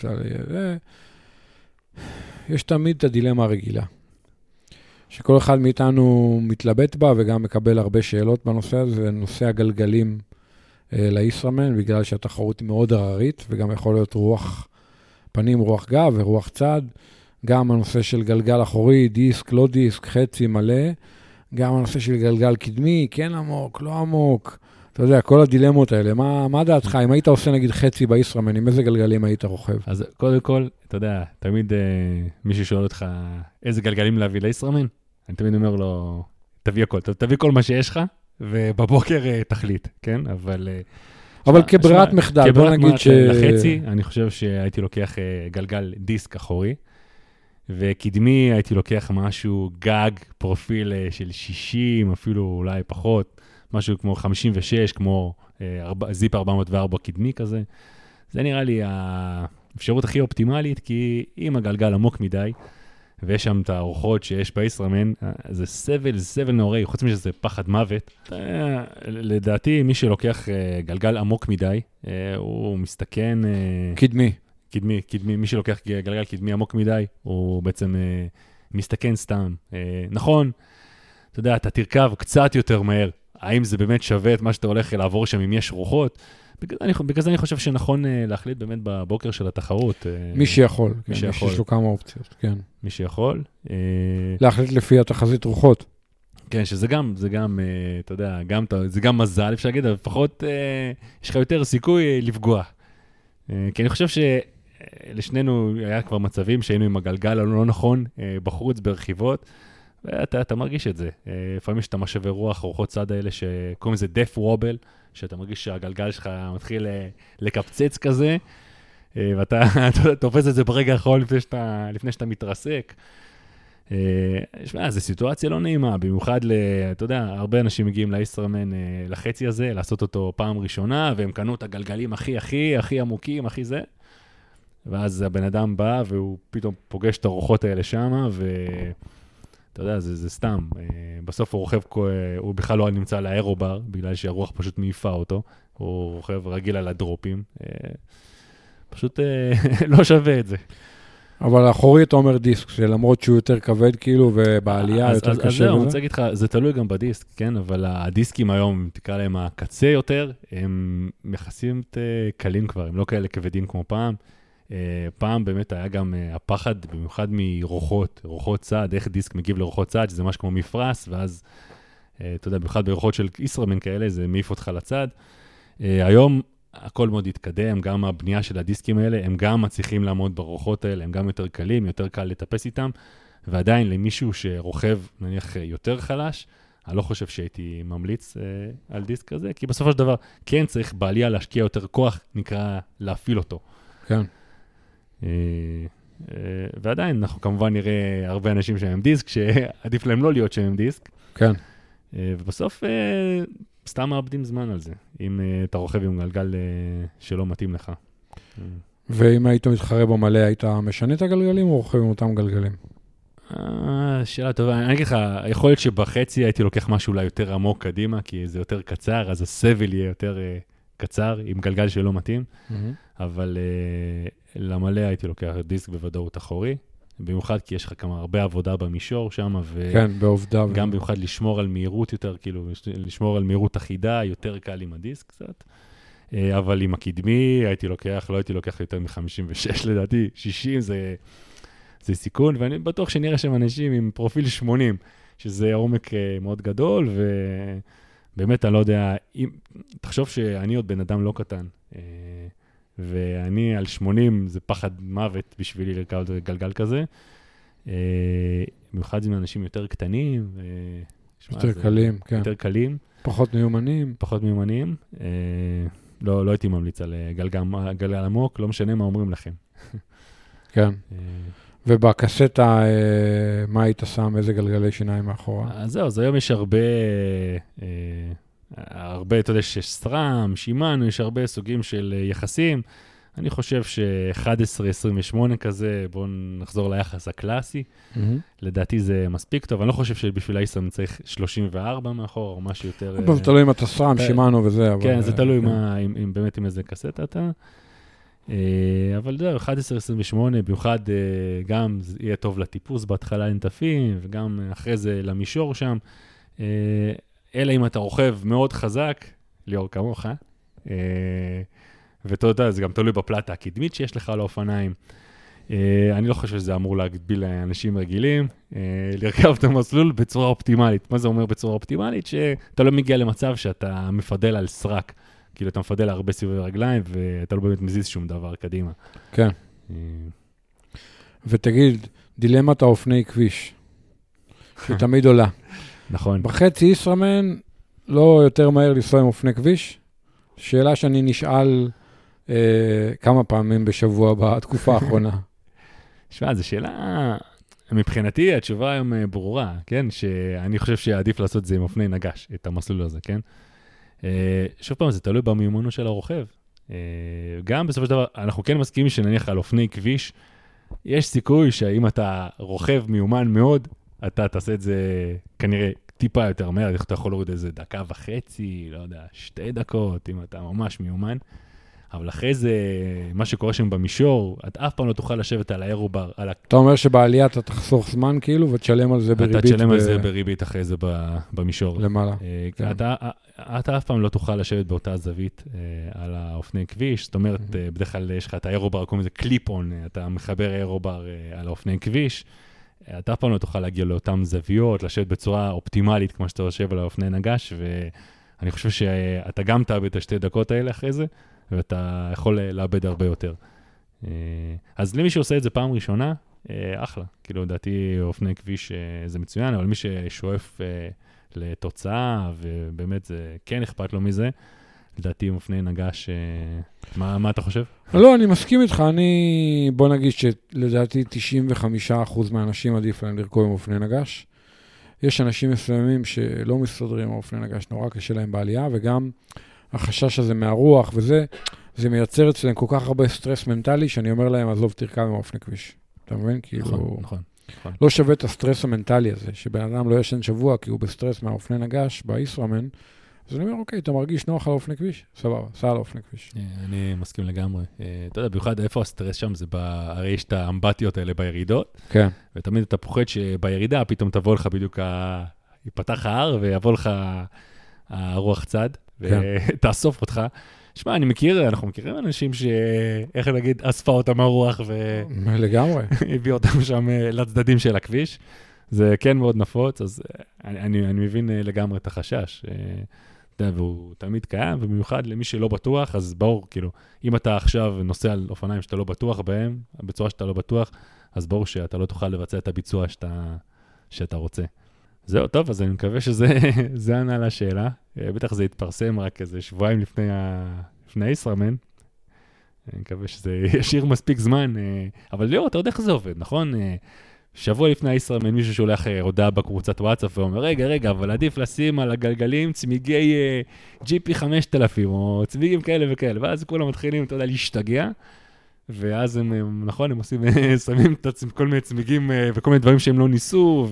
יש תמיד את הדילמה הרגילה, שכל אחד מאיתנו מתלבט בה וגם מקבל הרבה שאלות בנושא הזה, זה נושא הגלגלים לישראמן, בגלל שהתחרות היא מאוד הררית, וגם יכול להיות רוח פנים, רוח גב ורוח צד, גם הנושא של גלגל אחורי, דיסק, לא דיסק, חצי מלא, גם הנושא של גלגל קדמי, כן עמוק, לא עמוק, אתה יודע, כל הדילמות האלה, מה דעתך? אם היית עושה נגיד חצי בישראמן, עם איזה גלגלים היית רוכב? אז קודם כל, אתה יודע, תמיד מישהו שואל אותך, איזה גלגלים להביא לישראמן? אני תמיד אומר לו, תביא הכל, תביא כל מה שיש לך, ובבוקר תחליט, כן? אבל כברירת מחדל, בוא נגיד לחצי, אני חושב שהייתי לוקח גלגל דיסק אחורי, וקדמי הייתי לוקח משהו גג, פרופיל של 60, אפילו אולי פחות, משהו כמו 56, כמו זיפ 404 קדמי כזה. זה נראה לי האפשרות הכי אופטימלית, כי אם הגלגל עמוק מדי, ויש שם את הארוחות שיש בישראמן, זה סבל נוראי, חוץ משזה פחד מוות. לדעתי, מי שלוקח גלגל עמוק מדי, הוא מסתכן... קדמי, מי שלוקח גלגל קדמי עמוק מדי, הוא בעצם מסתכן סתם. נכון, אתה יודע, אתה תרכב קצת יותר מהר, האם זה באמת שווה את מה שאתה הולך לעבור שם אם יש רוחות? בגלל זה אני חושב שנכון להחליט באמת בבוקר של התחרות. מי שיכול, יש לו כמה אופציות, כן. מי שיכול. להחליט לפי התחזית רוחות. כן, שזה גם, אתה יודע, זה גם מזל, אפשר להגיד, אבל לפחות יש לך יותר סיכוי לפגוע. כי אני חושב שלשנינו היה כבר מצבים שהיינו עם הגלגל הלא נכון, בחוץ, ברכיבות, ואתה מרגיש את זה. לפעמים יש את המשאבי רוח, רוחות צד האלה שקוראים לזה דף וובל, שאתה מרגיש שהגלגל שלך מתחיל לקפצץ כזה, ואתה תופס את זה ברגע האחרון לפני שאתה מתרסק. זו סיטואציה לא נעימה, במיוחד, אתה יודע, הרבה אנשים מגיעים לישראמן לחצי הזה, לעשות אותו פעם ראשונה, והם קנו את הגלגלים הכי עמוקים, הכי זה. ואז הבן אדם בא, והוא פתאום פוגש את הרוחות האלה שם, ואתה יודע, זה סתם. בסוף הוא רוכב, הוא בכלל לא נמצא על האירובר, בגלל שהרוח פשוט מעיפה אותו, הוא רוכב רגיל על הדרופים. פשוט לא שווה את זה. אבל האחורי אתה אומר דיסק, שלמרות שהוא יותר כבד כאילו, ובעלייה יותר קשה. אז זהו, אני רוצה להגיד לך, זה תלוי גם בדיסק, כן? אבל הדיסקים היום, תקרא להם הקצה יותר, הם מכסים קלים כבר, הם לא כאלה כבדים כמו פעם. פעם באמת היה גם הפחד, במיוחד רוחות צד, איך דיסק מגיב לרוחות צד, שזה משהו כמו מפרס, ואז, אתה יודע, במיוחד ברוחות של ישרמן כאלה, זה מעיף אותך לצד. היום הכל מאוד התקדם, גם הבנייה של הדיסקים האלה, הם גם מצליחים לעמוד ברוחות האלה, הם גם יותר קלים, יותר קל לטפס איתם, ועדיין למישהו שרוכב, נניח, יותר חלש, אני לא חושב שהייתי ממליץ על דיסק כזה, כי בסופו של דבר, כן צריך בעלייה להשקיע יותר כוח, נקרא להפעיל אותו. כן. ועדיין, אנחנו כמובן נראה הרבה אנשים שהם דיסק, שעדיף להם לא להיות שהם דיסק. כן. ובסוף, סתם מאבדים זמן על זה, אם אתה רוכב עם גלגל שלא מתאים לך. ואם היית מתחרה במלא, היית משנה את הגלגלים או רוכב עם אותם גלגלים? שאלה טובה. אני אגיד לך, יכול להיות שבחצי הייתי לוקח משהו אולי יותר עמוק קדימה, כי זה יותר קצר, אז הסבל יהיה יותר קצר, עם גלגל שלא מתאים, אבל למלא הייתי לוקח דיסק בוודאות אחורי, במיוחד כי יש לך כמה הרבה עבודה במישור שם, כן, בעובדה. גם במיוחד לשמור על מהירות יותר, כאילו, לשמור על מהירות אחידה, יותר קל עם הדיסק קצת. אבל עם הקדמי לא הייתי לוקח יותר מ-56 לדעתי, 60 זה סיכון, ואני בטוח שנראה שם אנשים עם פרופיל 80, שזה עומק מאוד גדול, ובאמת אני לא יודע, תחשוב שאני עוד בן אדם לא קטן, ואני על 80 זה פחד מוות בשבילי לרכב גלגל כזה, במיוחד עם אנשים יותר קטנים, יותר קלים, כן. יותר קלים. פחות מיומנים. לא הייתי ממליץ על גלגל עמוק, לא משנה מה אומרים לכם. כן. ובקסטה, מה היית שם? איזה גלגלי שיניים מאחורה? אז זהו, אז היום יש הרבה, אתה יודע, שיש סטרם, שימנו, יש הרבה סוגים של יחסים. אני חושב ש-11-28 כזה, בואו נחזור ליחס הקלאסי. לדעתי זה מספיק טוב. אני לא חושב שבשביל האיסרם צריך 34 מאחור, או משהו יותר... זה תלוי אם אתה סטרם, שימנו וזה. כן, זה תלוי באמת עם איזה קסטה אתה. אבל זהו, 11-28, במיוחד גם יהיה טוב לטיפוס בהתחלה לנטפים, וגם אחרי זה למישור שם. אלא אם אתה רוכב מאוד חזק, ליאור כמוך, ואתה יודע, זה גם תלוי בפלטה הקדמית שיש לך על האופניים. אני לא חושב שזה אמור להגביל לאנשים רגילים, לרכב את המסלול בצורה אופטימלית. מה זה אומר בצורה אופטימלית? שאתה לא מגיע למצב שאתה מפדל על סרק, כאילו אתה מפדל הרבה סיבובי רגליים, ואתה לא באמת מזיז שום דבר קדימה. כן. ותגיד, דילמת האופני כביש, שתמיד עולה. נכון. בחצי ישרמן, לא יותר מהר לנסוע עם אופני כביש? שאלה שאני נשאל כמה פעמים בשבוע בתקופה האחרונה. שמע, זו שאלה, מבחינתי התשובה היום ברורה, כן? שאני חושב שעדיף לעשות את זה עם אופני נגש, את המסלול הזה, כן? שוב פעם, זה תלוי במיומנות של הרוכב. גם בסופו של דבר, אנחנו כן מסכימים שנניח על אופני כביש, יש סיכוי שאם אתה רוכב מיומן מאוד, אתה תעשה את זה כנראה טיפה יותר מהר, איך אתה יכול להוריד איזה 1.5 דקות, לא יודע, 2 דקות, אם אתה ממש מיומן. אבל אחרי זה, מה שקורה שם במישור, אתה אף פעם לא תוכל לשבת על האירובר. אתה אומר שבעלייה אתה תחסוך זמן כאילו, ותשלם על זה בריבית. אתה תשלם על זה בריבית אחרי זה במישור. למעלה. אתה אף פעם לא תוכל לשבת באותה זווית על האופני כביש. זאת אומרת, בדרך כלל יש לך את האירובר, קוראים לזה קליפ-און, אתה מחבר אירובר על האופני כביש. אתה אף פעם לא תוכל להגיע לאותן זוויות, לשבת בצורה אופטימלית, כמו שאתה יושב על האופני נגש, ואני חושב שאתה גם תאבד את 2 דקות האלה אחרי זה, ואתה יכול לאבד הרבה יותר. אז למי שעושה את זה פעם ראשונה, אחלה. כאילו, לדעתי, אופני כביש זה מצוין, אבל מי ששואף לתוצאה, ובאמת זה כן אכפת לו מזה, לדעתי, אופני נגש, מה אתה חושב? לא, אני מסכים איתך. בוא נגיד שלדעתי 95% מהאנשים עדיף להם לרכוב עם אופני נגש. יש אנשים מסוימים שלא מסתדרים עם אופני נגש, נורא קשה להם בעלייה, וגם החשש הזה מהרוח וזה, זה מייצר אצלם כל כך הרבה סטרס מנטלי, שאני אומר להם, עזוב, תרכב עם האופני כביש. אתה מבין? כאילו, נכון. לא שווה את הסטרס המנטלי הזה, שבן אדם לא ישן שבוע, כי הוא בסטרס מהאופני נגש, בישראמן, אז אני אומר, אוקיי, אתה מרגיש נוח על האופני כביש? סבבה, סע על האופני כביש. אני מסכים לגמרי. אתה יודע, במיוחד איפה הסטרס שם, זה הרי יש את האמבטיות האלה בירידות, כן. ותמיד אתה פוחד שבירידה פתאום תבוא לך בדיוק, ייפתח ההר ויבוא לך הרוח צד, ותאסוף אותך. שמע, אנחנו מכירים אנשים איך נגיד, אספה אותם הרוח לגמרי. הביא אותם שם לצדדים של הכביש. זה כן מאוד נפוץ, אז אני מבין לגמרי את החשש. והוא תמיד קיים, ובמיוחד למי שלא בטוח, אז ברור, כאילו, אם אתה עכשיו נוסע על אופניים שאתה לא בטוח בהם, בצורה שאתה לא בטוח, אז ברור שאתה לא תוכל לבצע את הביצוע שאתה רוצה. זהו, טוב, אז אני מקווה שזה ענה לשאלה. בטח זה יתפרסם רק איזה שבועיים לפני ישראמן. אני מקווה שזה ישאיר מספיק זמן, אבל לא, אתה יודע איך זה עובד, נכון? שבוע לפני הישראמן מישהו שולח הודעה בקבוצת וואטסאפ ואומר, רגע, אבל עדיף לשים על הגלגלים צמיגי GP 5000 או צמיגים כאלה וכאלה, ואז כולם מתחילים, אתה יודע, להשתגע, ואז הם, נכון, הם שמים כל מיני צמיגים וכל מיני דברים שהם לא ניסו,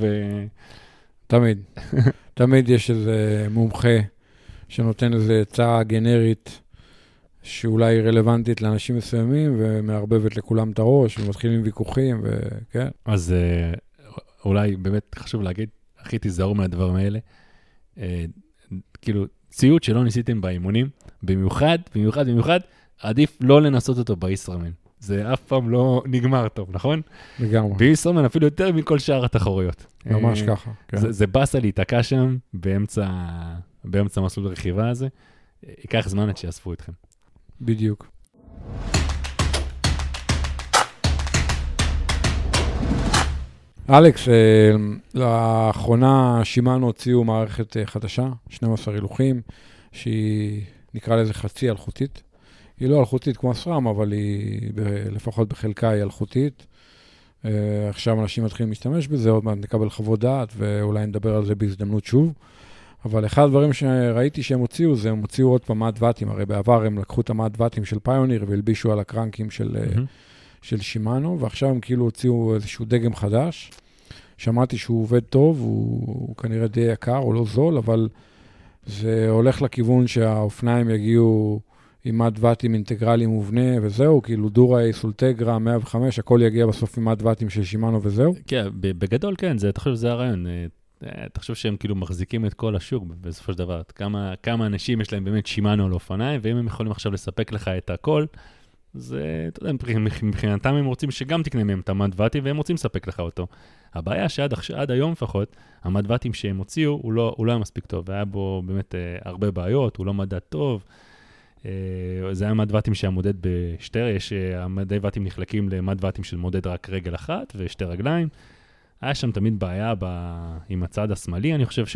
תמיד יש איזה מומחה שנותן איזה הצעה גנרית, שאולי היא רלוונטית לאנשים מסוימים, ומערבבת לכולם את הראש, ומתחילים ויכוחים, וכן. אז אולי באמת חשוב להגיד, הכי תיזהרו מהדברים האלה, כאילו, ציוד שלא ניסיתם באימונים, במיוחד, עדיף לא לנסות אותו בישראמן. זה אף פעם לא נגמר טוב, נכון? לגמרי. בישראמן אפילו יותר מכל שאר התחרויות. ממש ככה, כן. זה בסה להיתקע שם, באמצע מסלול רכיבה הזה, ייקח זמן עד שיאספו אתכם. בדיוק. אלכס, לאחרונה שימאנו הוציאו מערכת חדשה, 12 הילוכים, שהיא נקרא לזה חצי אלחוטית. היא לא אלחוטית כמו הסרם, אבל היא לפחות בחלקה היא אלחוטית. עכשיו אנשים מתחילים להשתמש בזה, עוד מעט נקבל חוות דעת, ואולי נדבר על זה בהזדמנות שוב. אבל אחד הדברים שראיתי שהם הוציאו, זה הם הוציאו עוד פעם מד ואטים, הרי בעבר הם לקחו את המד ואטים של פיוניר, והלבישו על הקרנקים של שימאנו, ועכשיו הם כאילו הוציאו איזשהו דגם חדש. שמעתי שהוא עובד טוב, הוא כנראה די יקר, הוא לא זול, אבל זה הולך לכיוון שהאופניים יגיעו עם מד ואטים אינטגרלי מובנה, וזהו, כאילו דורה, סולטגרה, 105, הכל יגיע בסוף עם מד ואטים של שימאנו וזהו. כן, בגדול כן, אתה חושב שזה הרעיון. אתה חושב שהם כאילו מחזיקים את כל השוק בסופו של דבר. כמה אנשים יש להם באמת שימאנו על אופניים, ואם הם יכולים עכשיו לספק לך את הכל, זה, אתה יודע, מבחינתם הם רוצים שגם תקנה מהם את המד ואטים, והם רוצים לספק לך אותו. הבעיה שעד היום לפחות, המד ואטים שהם הוציאו, הוא לא היה מספיק טוב, והיה בו באמת הרבה בעיות, הוא לא מדד טוב. זה היה מד ואטים שהמודד בשתי, המדי ואטים נחלקים למד ואטים של מודד רק רגל אחת ושתי רגליים. היה שם תמיד בעיה עם הצד השמאלי, אני חושב,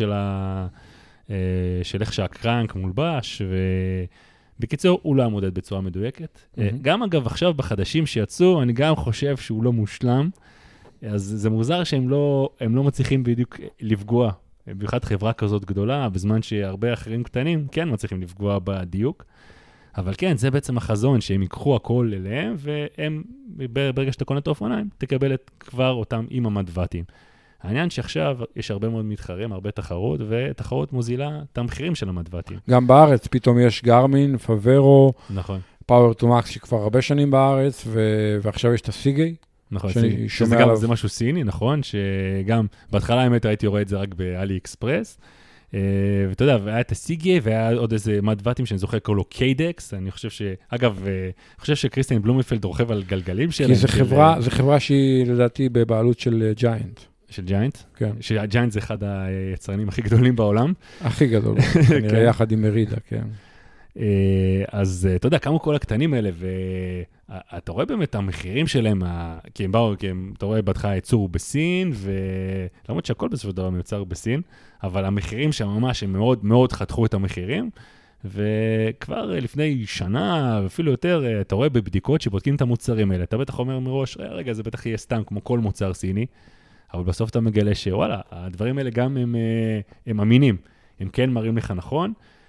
של איך שהקרנק מולבש, ובקיצור, הוא לא המודד בצורה מדויקת. גם אגב, עכשיו בחדשים שיצאו, אני גם חושב שהוא לא מושלם, אז זה מוזר שהם לא מצליחים בדיוק לפגוע, במיוחד חברה כזאת גדולה, בזמן שהרבה אחרים קטנים כן מצליחים לפגוע בדיוק. אבל כן, זה בעצם החזון, שהם ייקחו הכל אליהם, והם, ברגע שאתה קונה את האופניים, תקבל כבר אותם עם המד ואטים. העניין שעכשיו יש הרבה מאוד מתחרים, הרבה תחרות, ותחרות מוזילה את המחירים של המד ואטים. גם בארץ, פתאום יש גרמין, פאברו, נכון. פאוור טו מקס שכבר הרבה שנים בארץ, ועכשיו יש את הסיגי. נכון, זה משהו סיני, נכון? שגם בהתחלה האמת הייתי רואה את זה רק באלי אקספרס, ואתה יודע, והיה את הסיגי, והיה עוד איזה מד ואטים שאני זוכר, קוראים לו קיידקס, אני חושב שקריסטיאן בלומפלד רוכב על גלגלים שלהם. כי זו חברה שהיא לדעתי בבעלות של ג'יינט. של ג'יינט? כן. שג'יינט זה אחד היצרנים הכי גדולים בעולם. הכי גדול, כנראה יחד עם מרידה, כן. אז אתה יודע, כמה כל הקטנים האלה, ואתה רואה באמת המחירים שלהם, כי הם באו, אתה רואה בהתחלה הייצור בסין, ולמרות שהכל בסופו של דבר מיוצר בסין, אבל המחירים שם ממש הם מאוד מאוד חתכו את המחירים, וכבר לפני שנה, אפילו יותר, אתה רואה בבדיקות שבודקים את המוצרים האלה, אתה בטח אומר מראש, רגע, זה בטח יהיה סתם כמו כל מוצר סיני, אבל בסוף אתה מגלה שוואלה, הדברים האלה גם הם אמינים, הם כן מראים לך נכון,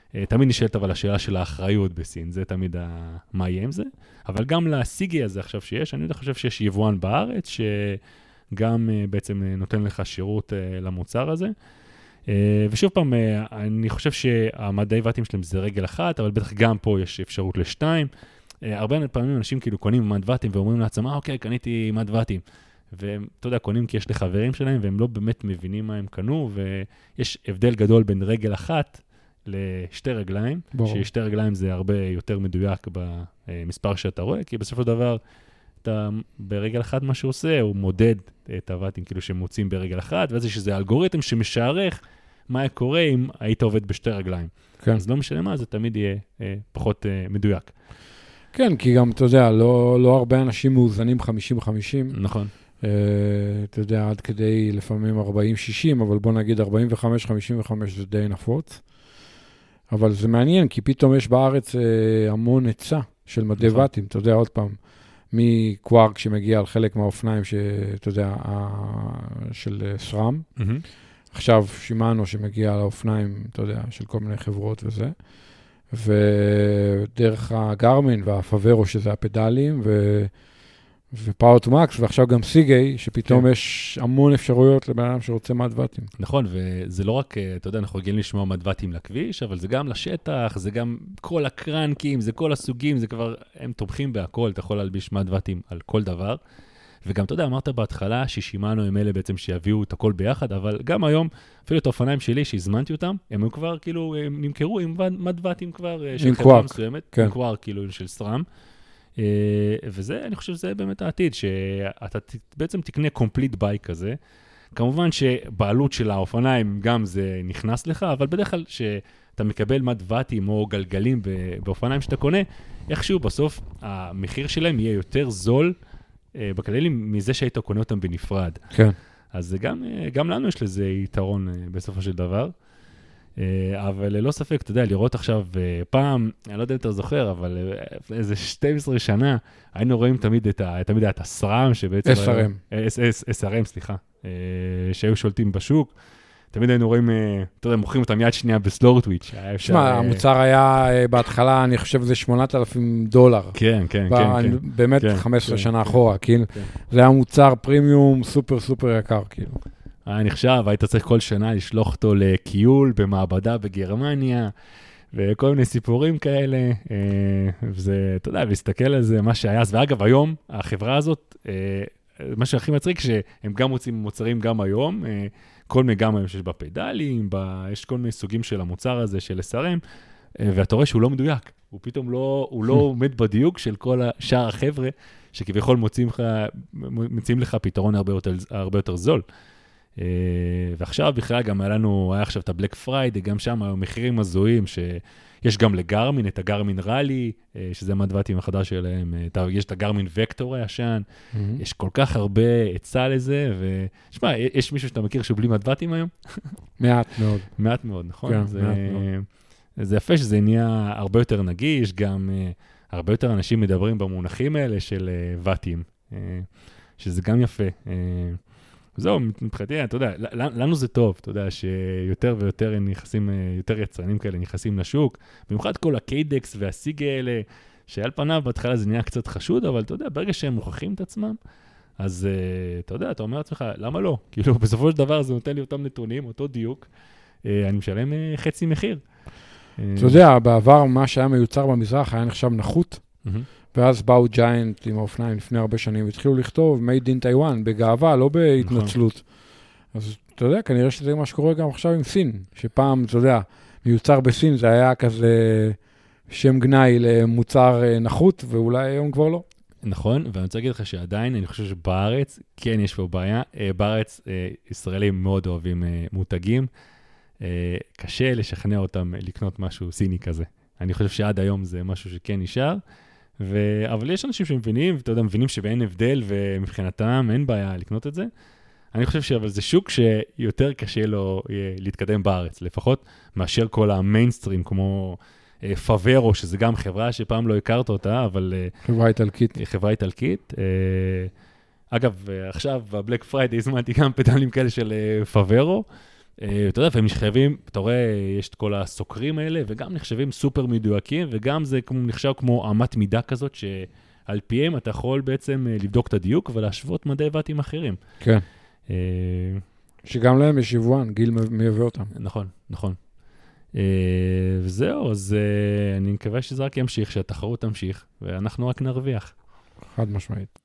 תמיד נשאלת אבל השאלה של האחריות בסין, זה תמיד מה יהיה עם זה, אבל גם לסיגי הזה עכשיו שיש, אני חושב שיש יבואן בארץ, שגם בעצם נותן לך שירות למוצר הזה, ושוב פעם, אני חושב שהמדי ואטים שלהם זה רגל אחת, אבל בטח גם פה יש אפשרות לשתיים, הרבה פעמים אנשים כאילו קונים מד ואטים ואומרים לעצמם, אוקיי, קניתי מד ואטים, ואתה יודע, קונים כי יש לחברים שלהם, והם לא באמת מבינים מה הם קנו, ויש הבדל גדול בין רגל אחת לשתי רגליים, ששתי רגליים זה הרבה יותר מדויק במספר שאתה רואה, כי בסופו של דבר, אתה ברגל אחת מה שהוא עושה, הוא מודד את הוואטים כאילו שמוצאים ברגל אחת, ואז יש איזה אלגוריתם שמשערך מה קורה אם היית עובד בשתי רגליים. כן. אז לא משנה מה, זה תמיד יהיה פחות מדויק. כן, כי גם, אתה יודע, לא הרבה אנשים מאוזנים 50-50. נכון. אתה יודע, עד כדי לפעמים 40-60, אבל בוא נגיד 45-55 זה די נפוץ. אבל זה מעניין, כי פתאום יש בארץ המון היצע של מדי ואטים, אתה יודע, עוד פעם, מקווארק שמגיע על חלק מהאופניים, שאתה יודע, של סרם, עכשיו שימאנו שמגיע על האופניים, אתה יודע, של כל מיני חברות וזה, ודרך הגרמין והפאברו, שזה הפדלים, ופאוטומקס, ועכשיו גם סיגי, שפתאום יש המון אפשרויות לבן אדם שרוצה מד ואטים. נכון, וזה לא רק, אתה יודע, אנחנו רגילים לשמוע מד ואטים לכביש, אבל זה גם לשטח, זה גם כל הקרנקים, זה כל הסוגים, זה כבר, הם תומכים בהכל, אתה יכול להלביש מד ואטים על כל דבר. וגם, אתה יודע, אמרת בהתחלה ששימאנו הם אלה בעצם שיביאו את הכל ביחד, אבל גם היום, אפילו את האופניים שלי שהזמנתי אותם, הם כבר כאילו, הם נמכרו עם מד ואטים כבר של חברה מסוימת, עם קווארק כאילו של סרם. וזה, אני חושב שזה באמת העתיד, שאתה בעצם תקנה קומפליט ביי כזה. כמובן שבעלות של האופניים גם זה נכנס לך, אבל בדרך כלל שאתה מקבל מד ואטים או גלגלים באופניים שאתה קונה, איכשהו בסוף המחיר שלהם יהיה יותר זול בכללים מזה שהיית קונה אותם בנפרד. כן. אז זה גם לנו יש לזה יתרון בסופו של דבר. אבל ללא ספק, אתה יודע, לראות עכשיו פעם, אני לא יודע אם אתה זוכר, אבל איזה 12 שנה, היינו רואים תמיד את הסרם, שבעצם... SRM, סליחה, שהיו שולטים בשוק. תמיד היינו רואים, אתה יודע, מוכרים אותם יד שנייה בסלורטוויץ'. תשמע, המוצר היה בהתחלה, אני חושב, זה $8,000. כן. באמת 15 שנה אחורה, זה היה מוצר פרימיום סופר סופר יקר, כאילו. היה נחשב, היית צריך כל שנה לשלוח אותו לקיול במעבדה בגרמניה, וכל מיני סיפורים כאלה, וזה, אתה יודע, להסתכל על זה, מה שהיה, ואגב, היום, החברה הזאת, מה שהכי מצחיק, שהם גם מוצאים מוצרים גם היום, כל מיני גם היום שיש בפדלים, יש כל מיני סוגים של המוצר הזה, של SRM, ואתה רואה שהוא לא מדויק, הוא פתאום הוא לא עומד בדיוק של כל שאר החבר'ה, שכביכול מציעים לך פתרון הרבה יותר זול. ועכשיו בכלל גם היה עכשיו את הבלק פריידי, גם שם היו מחירים הזויים, שיש גם לגרמין, את הגרמין רלי, שזה מד ואטים החדש שלהם, יש את הגרמין וקטור הישן, יש כל כך הרבה היצע לזה, ושמע, יש מישהו שאתה מכיר שהוא בלי מד ואטים היום? מעט מאוד. מעט מאוד, נכון? כן, מעט מאוד. זה יפה שזה נהיה הרבה יותר נגיש, גם הרבה יותר אנשים מדברים במונחים האלה של ואטים, שזה גם יפה. זהו, מבחינתי, אתה יודע, לנו זה טוב, אתה יודע, שיותר ויותר נכנסים, יותר יצרנים כאלה נכנסים לשוק, במיוחד כל הקיידקס והסיגי האלה, שעל פניו בהתחלה זה נהיה קצת חשוד, אבל אתה יודע, ברגע שהם מוכיחים את עצמם, אז אתה יודע, אתה אומר לעצמך, למה לא? כאילו, בסופו של דבר זה נותן לי אותם נתונים, אותו דיוק, אני משלם חצי מחיר. אתה יודע, בעבר מה שהיה מיוצר במזרח היה נחשב נחות, ואז באו ג'יינט עם האופניים לפני הרבה שנים, והתחילו לכתוב Made in Taiwan, בגאווה, לא בהתנצלות. אז אתה יודע, כנראה שזה מה שקורה גם עכשיו עם סין, שפעם, אתה יודע, מיוצר בסין זה היה כזה שם גנאי למוצר נחות, ואולי היום כבר לא. נכון, ואני רוצה להגיד לך שעדיין, אני חושב שבארץ, כן יש פה בעיה, בארץ ישראלים מאוד אוהבים מותגים, קשה לשכנע אותם לקנות משהו סיני כזה. אני חושב שעד היום זה משהו שכן נשאר, אבל יש אנשים שמבינים, ואתה יודע, מבינים שבאין הבדל, ומבחינתם אין בעיה לקנות את זה. אני חושב אבל זה שוק שיותר קשה לו להתקדם בארץ, לפחות מאשר כל המיינסטרים, כמו פאברו, שזה גם חברה שפעם לא הכרת אותה, אבל... חברה איטלקית. חברה איטלקית. אגב, עכשיו, בבלק פריידי הזמנתי גם פדלים כאלה של פאברו, אתה יודע, והם נחשבים, אתה רואה, יש את כל הסוקרים האלה, וגם נחשבים סופר מדויקים, וגם זה נחשב כמו אמת מידה כזאת, שעל פיהם אתה יכול בעצם לבדוק את הדיוק, ולהשוות מדי ואטים אחרים. כן. שגם להם יש יבואן, גיל מייבא אותם. נכון, נכון. וזהו, אז אני מקווה שזה רק ימשיך, שהתחרות תמשיך, ואנחנו רק נרוויח. חד משמעית.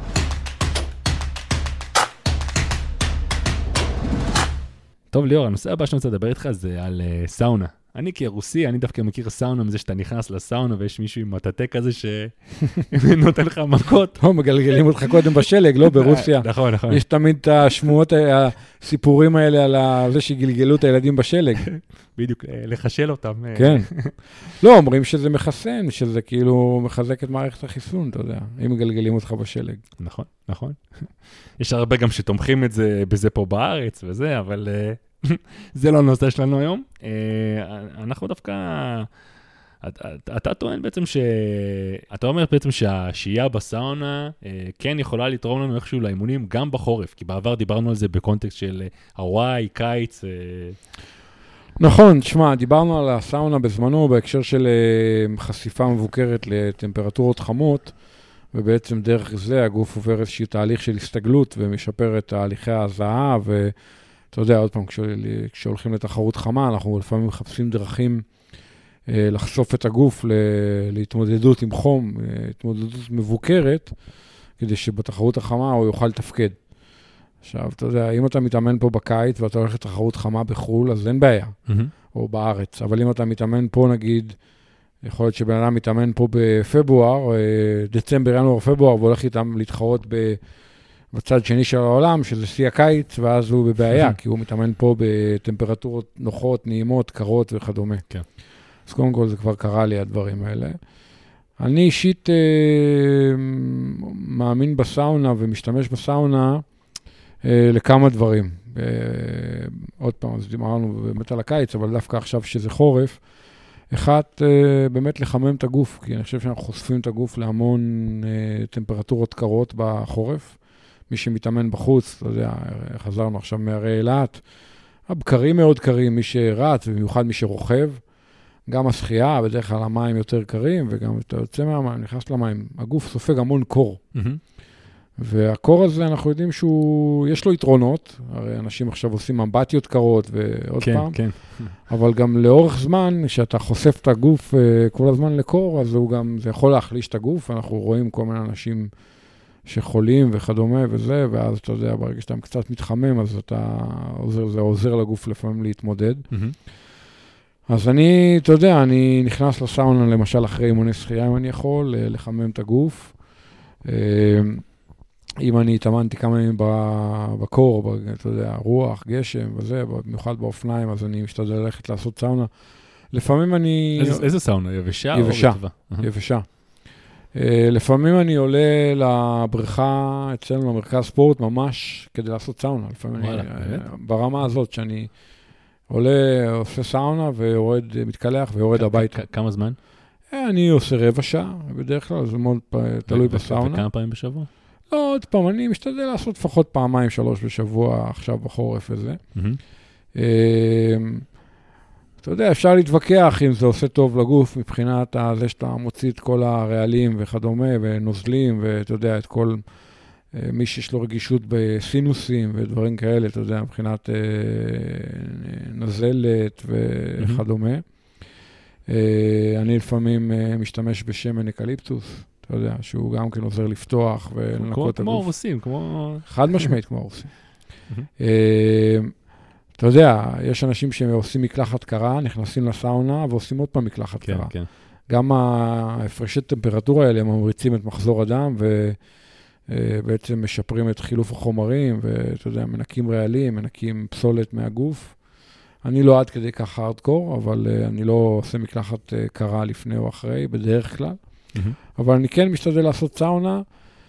טוב, ליאור, הנושא הבא שאני רוצה לדבר איתך זה על סאונה. אני כרוסי, אני דווקא מכיר סאונה מזה שאתה נכנס לסאונה ויש מישהו עם מטאטא כזה שנותן לך מכות. מגלגלים אותך קודם בשלג, לא ברוסיה. נכון, נכון. יש תמיד את השמועות, הסיפורים האלה על זה שגלגלו את הילדים בשלג. בדיוק, לחשל אותם. כן. לא, אומרים שזה מחסן, שזה כאילו מחזק את מערכת החיסון, אתה יודע, אם מגלגלים אותך בשלג. נכון, נכון. יש הרבה גם שתומכים את זה בזה פה בארץ וזה, אבל זה לא הנושא שלנו היום. אנחנו דווקא, אתה טוען בעצם אתה אומר בעצם שהשהייה בסאונה כן יכולה לתרום לנו איכשהו לאימונים גם בחורף, כי בעבר דיברנו על זה בקונטקסט של הוואי, קיץ. נכון, תשמע, דיברנו על הסאונה בזמנו בהקשר של חשיפה מבוקרת לטמפרטורות חמות, ובעצם דרך זה הגוף עובר איזשהו תהליך של הסתגלות ומשפר את תהליכי ההזעה, ואתה יודע, עוד פעם, כשהולכים לתחרות חמה, אנחנו לפעמים מחפשים דרכים לחשוף את הגוף להתמודדות עם חום, התמודדות מבוקרת, כדי שבתחרות החמה הוא יוכל לתפקד. עכשיו, אתה יודע, אם אתה מתאמן פה בקיץ ואתה הולך לתחרות חמה בחול, אז אין בעיה, או בארץ. אבל אם אתה מתאמן פה, נגיד, יכול להיות שבן אדם מתאמן פה בפברואר, דצמבר, ינואר, פברואר, והולך איתם להתחרות בצד שני של העולם, שזה שיא הקיץ, ואז הוא בבעיה, כי הוא מתאמן פה בטמפרטורות נוחות, נעימות, קרות וכדומה. כן. אז קודם כל זה כבר קרה לי, הדברים האלה. אני אישית מאמין בסאונה ומשתמש בסאונה לכמה דברים. עוד פעם, אז דיברנו באמת על הקיץ, אבל דווקא עכשיו שזה חורף, אחת, באמת לחמם את הגוף, כי אני חושב שאנחנו חושפים את הגוף להמון טמפרטורות קרות בחורף. מי שמתאמן בחוץ, אתה יודע, חזרנו עכשיו מהרי אילת, הבקרים מאוד קרים, מי שרץ, ובמיוחד מי שרוכב, גם השחייה, בדרך כלל המים יותר קרים, וגם אתה יוצא מהמים, נכנס למים, הגוף סופג המון קור. והקור הזה, אנחנו יודעים יש לו יתרונות, הרי אנשים עכשיו עושים אמבטיות קרות, ועוד פעם, כן. אבל גם לאורך זמן, כשאתה חושף את הגוף כל הזמן לקור, אז זה יכול להחליש את הגוף, אנחנו רואים כל מיני אנשים שחולים וכדומה וזה, ואז אתה יודע, ברגע שאתה קצת מתחמם, אז זה עוזר לגוף לפעמים להתמודד. אז אתה יודע, אני נכנס לסאונה, למשל אחרי אימוני שחייה, אם אני יכול, לחמם את הגוף. אם אני התאמנתי כמה ימים בקור, אתה יודע, רוח, גשם וזה, במיוחד באופניים, אז אני משתדל ללכת לעשות סאונה. לפעמים אני... איזה סאונה? יבשה? יבשה. לפעמים אני עולה לבריכה אצלנו למרכז ספורט ממש כדי לעשות סאונה. לפעמים ברמה הזאת שאני עולה, עושה סאונה ויורד, מתקלח ויורד הביתה. כמה זמן? אני עושה רבע שעה, בדרך כלל זה מאוד תלוי בסאונה. וכמה פעמים בשבוע? לא, עוד פעם, אני משתדל לעשות לפחות 2-3 בשבוע עכשיו בחורף וזה. אתה יודע, אפשר להתווכח אם זה עושה טוב לגוף מבחינת זה שאתה מוציא את כל הרעלים וכדומה ונוזלים, ואתה יודע, את כל מי שיש לו רגישות בסינוסים ודברים כאלה, אתה יודע, מבחינת נזלת וכדומה. אני לפעמים משתמש בשמן אקליפטוס, אתה יודע, שהוא גם כן עוזר לפתוח ולנקות את הגוף. כמו הרוסים, כמו... חד משמעית כמו הרוסים. אתה יודע, יש אנשים שעושים מקלחת קרה, נכנסים לסאונה ועושים עוד פעם מקלחת קרה. כן. גם ההפרשי טמפרטורה האלה ממריצים את מחזור הדם, ובעצם משפרים את חילוף החומרים, ואתה יודע, מנקים רעלים, מנקים פסולת מהגוף. אני לא עד כדי כך הארדקור, אבל אני לא עושה מקלחת קרה לפני או אחרי, בדרך כלל. אבל אני כן משתדל לעשות סאונה.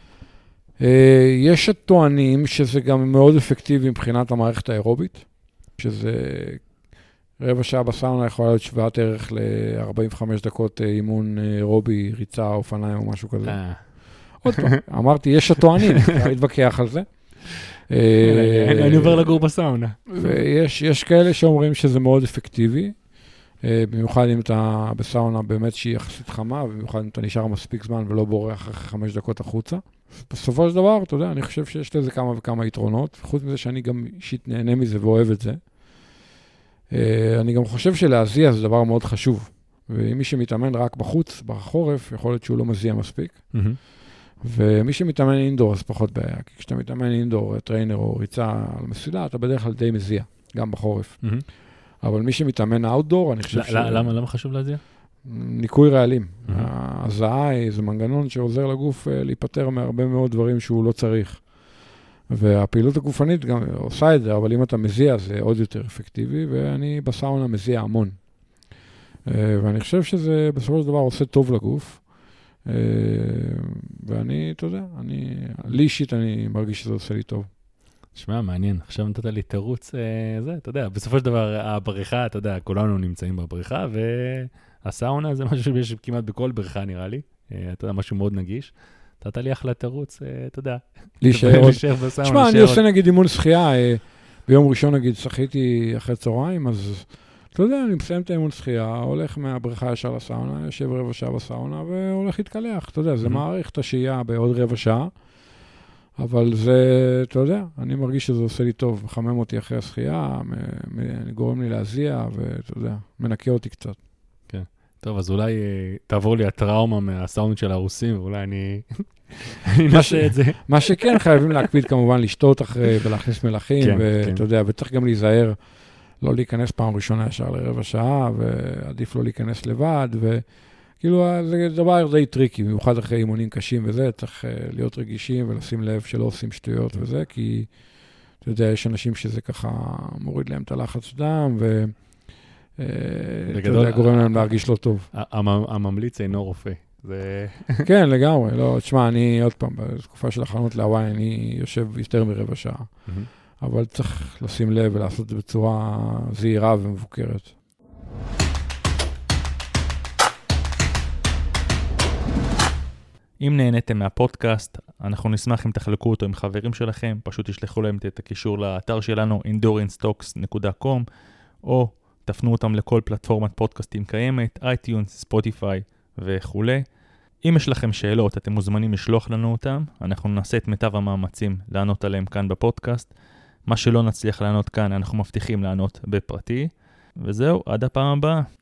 יש הטוענים שזה גם מאוד אפקטיבי מבחינת המערכת האירובית, שזה רבע שעה בסאונה יכולה להיות שוות ערך ל-45 דקות אימון אירובי, ריצה, אופניים או משהו כזה. עוד פעם, אמרתי, יש הטוענים, אפשר להתווכח על זה. אני עובר לגור בסאונה. ויש כאלה שאומרים שזה מאוד אפקטיבי, במיוחד אם אתה בסאונה באמת שהיא יחסית חמה, ובמיוחד אם אתה נשאר מספיק זמן ולא בורח אחרי 5 דקות החוצה. בסופו של דבר, אתה יודע, אני חושב שיש לזה כמה וכמה יתרונות, חוץ מזה שאני גם אישית נהנה מזה ואוהב את זה. אני גם חושב שלהזיע זה דבר מאוד חשוב, ואם מי שמתאמן רק בחוץ, בחורף, יכול להיות שהוא לא מזיע מספיק. ומי שמתאמן אינדור אז פחות בעיה, כי כשאתה מתאמן אינדור, טריינר או ריצה על מסילה, אתה בדרך כלל די מזיע, גם בחורף. אבל מי שמתאמן אאוטדור, אני חושב למה חשוב להזיע? ניקוי רעלים. ההזעה זה מנגנון שעוזר לגוף להיפטר מהרבה מאוד דברים שהוא לא צריך. והפעילות הגופנית גם עושה את זה, אבל אם אתה מזיע זה עוד יותר אפקטיבי, ואני בסאונה מזיע המון. ואני חושב שזה בסופו של דבר עושה טוב לגוף. ואני, אתה יודע, לי אישית אני מרגיש שזה עושה לי טוב. תשמע, מעניין. עכשיו נתת לי תירוץ, זה, אתה יודע, בסופו של דבר, הבריכה, אתה יודע, כולנו נמצאים בבריכה, והסאונה זה משהו שיש כמעט בכל בריכה, נראה לי. אתה יודע, משהו מאוד נגיש. נתת לי אחלה תירוץ, אתה יודע. להישאר בסאונה. תשמע, אני עושה נגיד אימון שחייה, ביום ראשון נגיד שחיתי אחרי צהריים, אז אתה יודע, אני מסיים את האימון שחייה, הולך מהבריכה ישר לסאונה, יושב רבע שעה בסאונה, והולך להתקלח. אתה יודע, זה מעריך את השהייה בעוד רבע שעה, אבל זה, אתה יודע, אני מרגיש שזה עושה לי טוב, מחמם אותי אחרי השחייה, גורם לי להזיע, ואתה יודע, מנקה אותי קצת. כן. טוב, אז אולי תעבור לי הטראומה מהסאונות של הרוסים, ואולי אני נעשה את זה. מה שכן, חייבים להקפיד כמובן לשתות אחרי ולהכניס מלחים, ואתה יודע, וצריך גם להיזהר, לא להיכנס פעם ראשונה ישר לרבע שעה, ועדיף לא להיכנס לבד, וכאילו זה דבר די טריקי, במיוחד אחרי אימונים קשים וזה, צריך להיות רגישים ולשים לב שלא עושים שטויות וזה, כי אתה יודע, יש אנשים שזה ככה מוריד להם את הלחץ דם, ואתה יודע, גורם להם להרגיש לא טוב. הממליץ אינו רופא. כן, לגמרי. לא, תשמע, אני עוד פעם, בתקופה של הכנות להוואי, אני יושב יותר מרבע שעה. אבל צריך לשים לב ולעשות את זה בצורה זהירה ומבוקרת. אם נהניתם מהפודקאסט, אנחנו נשמח אם תחלקו אותו עם חברים שלכם, פשוט תשלחו להם את הקישור לאתר שלנו, endurancetalks.com, או תפנו אותם לכל פלטפורמת פודקאסטים קיימת, iTunes, ספוטיפיי וכו'. אם יש לכם שאלות, אתם מוזמנים לשלוח לנו אותם, אנחנו נעשה את מיטב המאמצים לענות עליהם כאן בפודקאסט. מה שלא נצליח לענות כאן, אנחנו מבטיחים לענות בפרטי. וזהו, עד הפעם הבאה.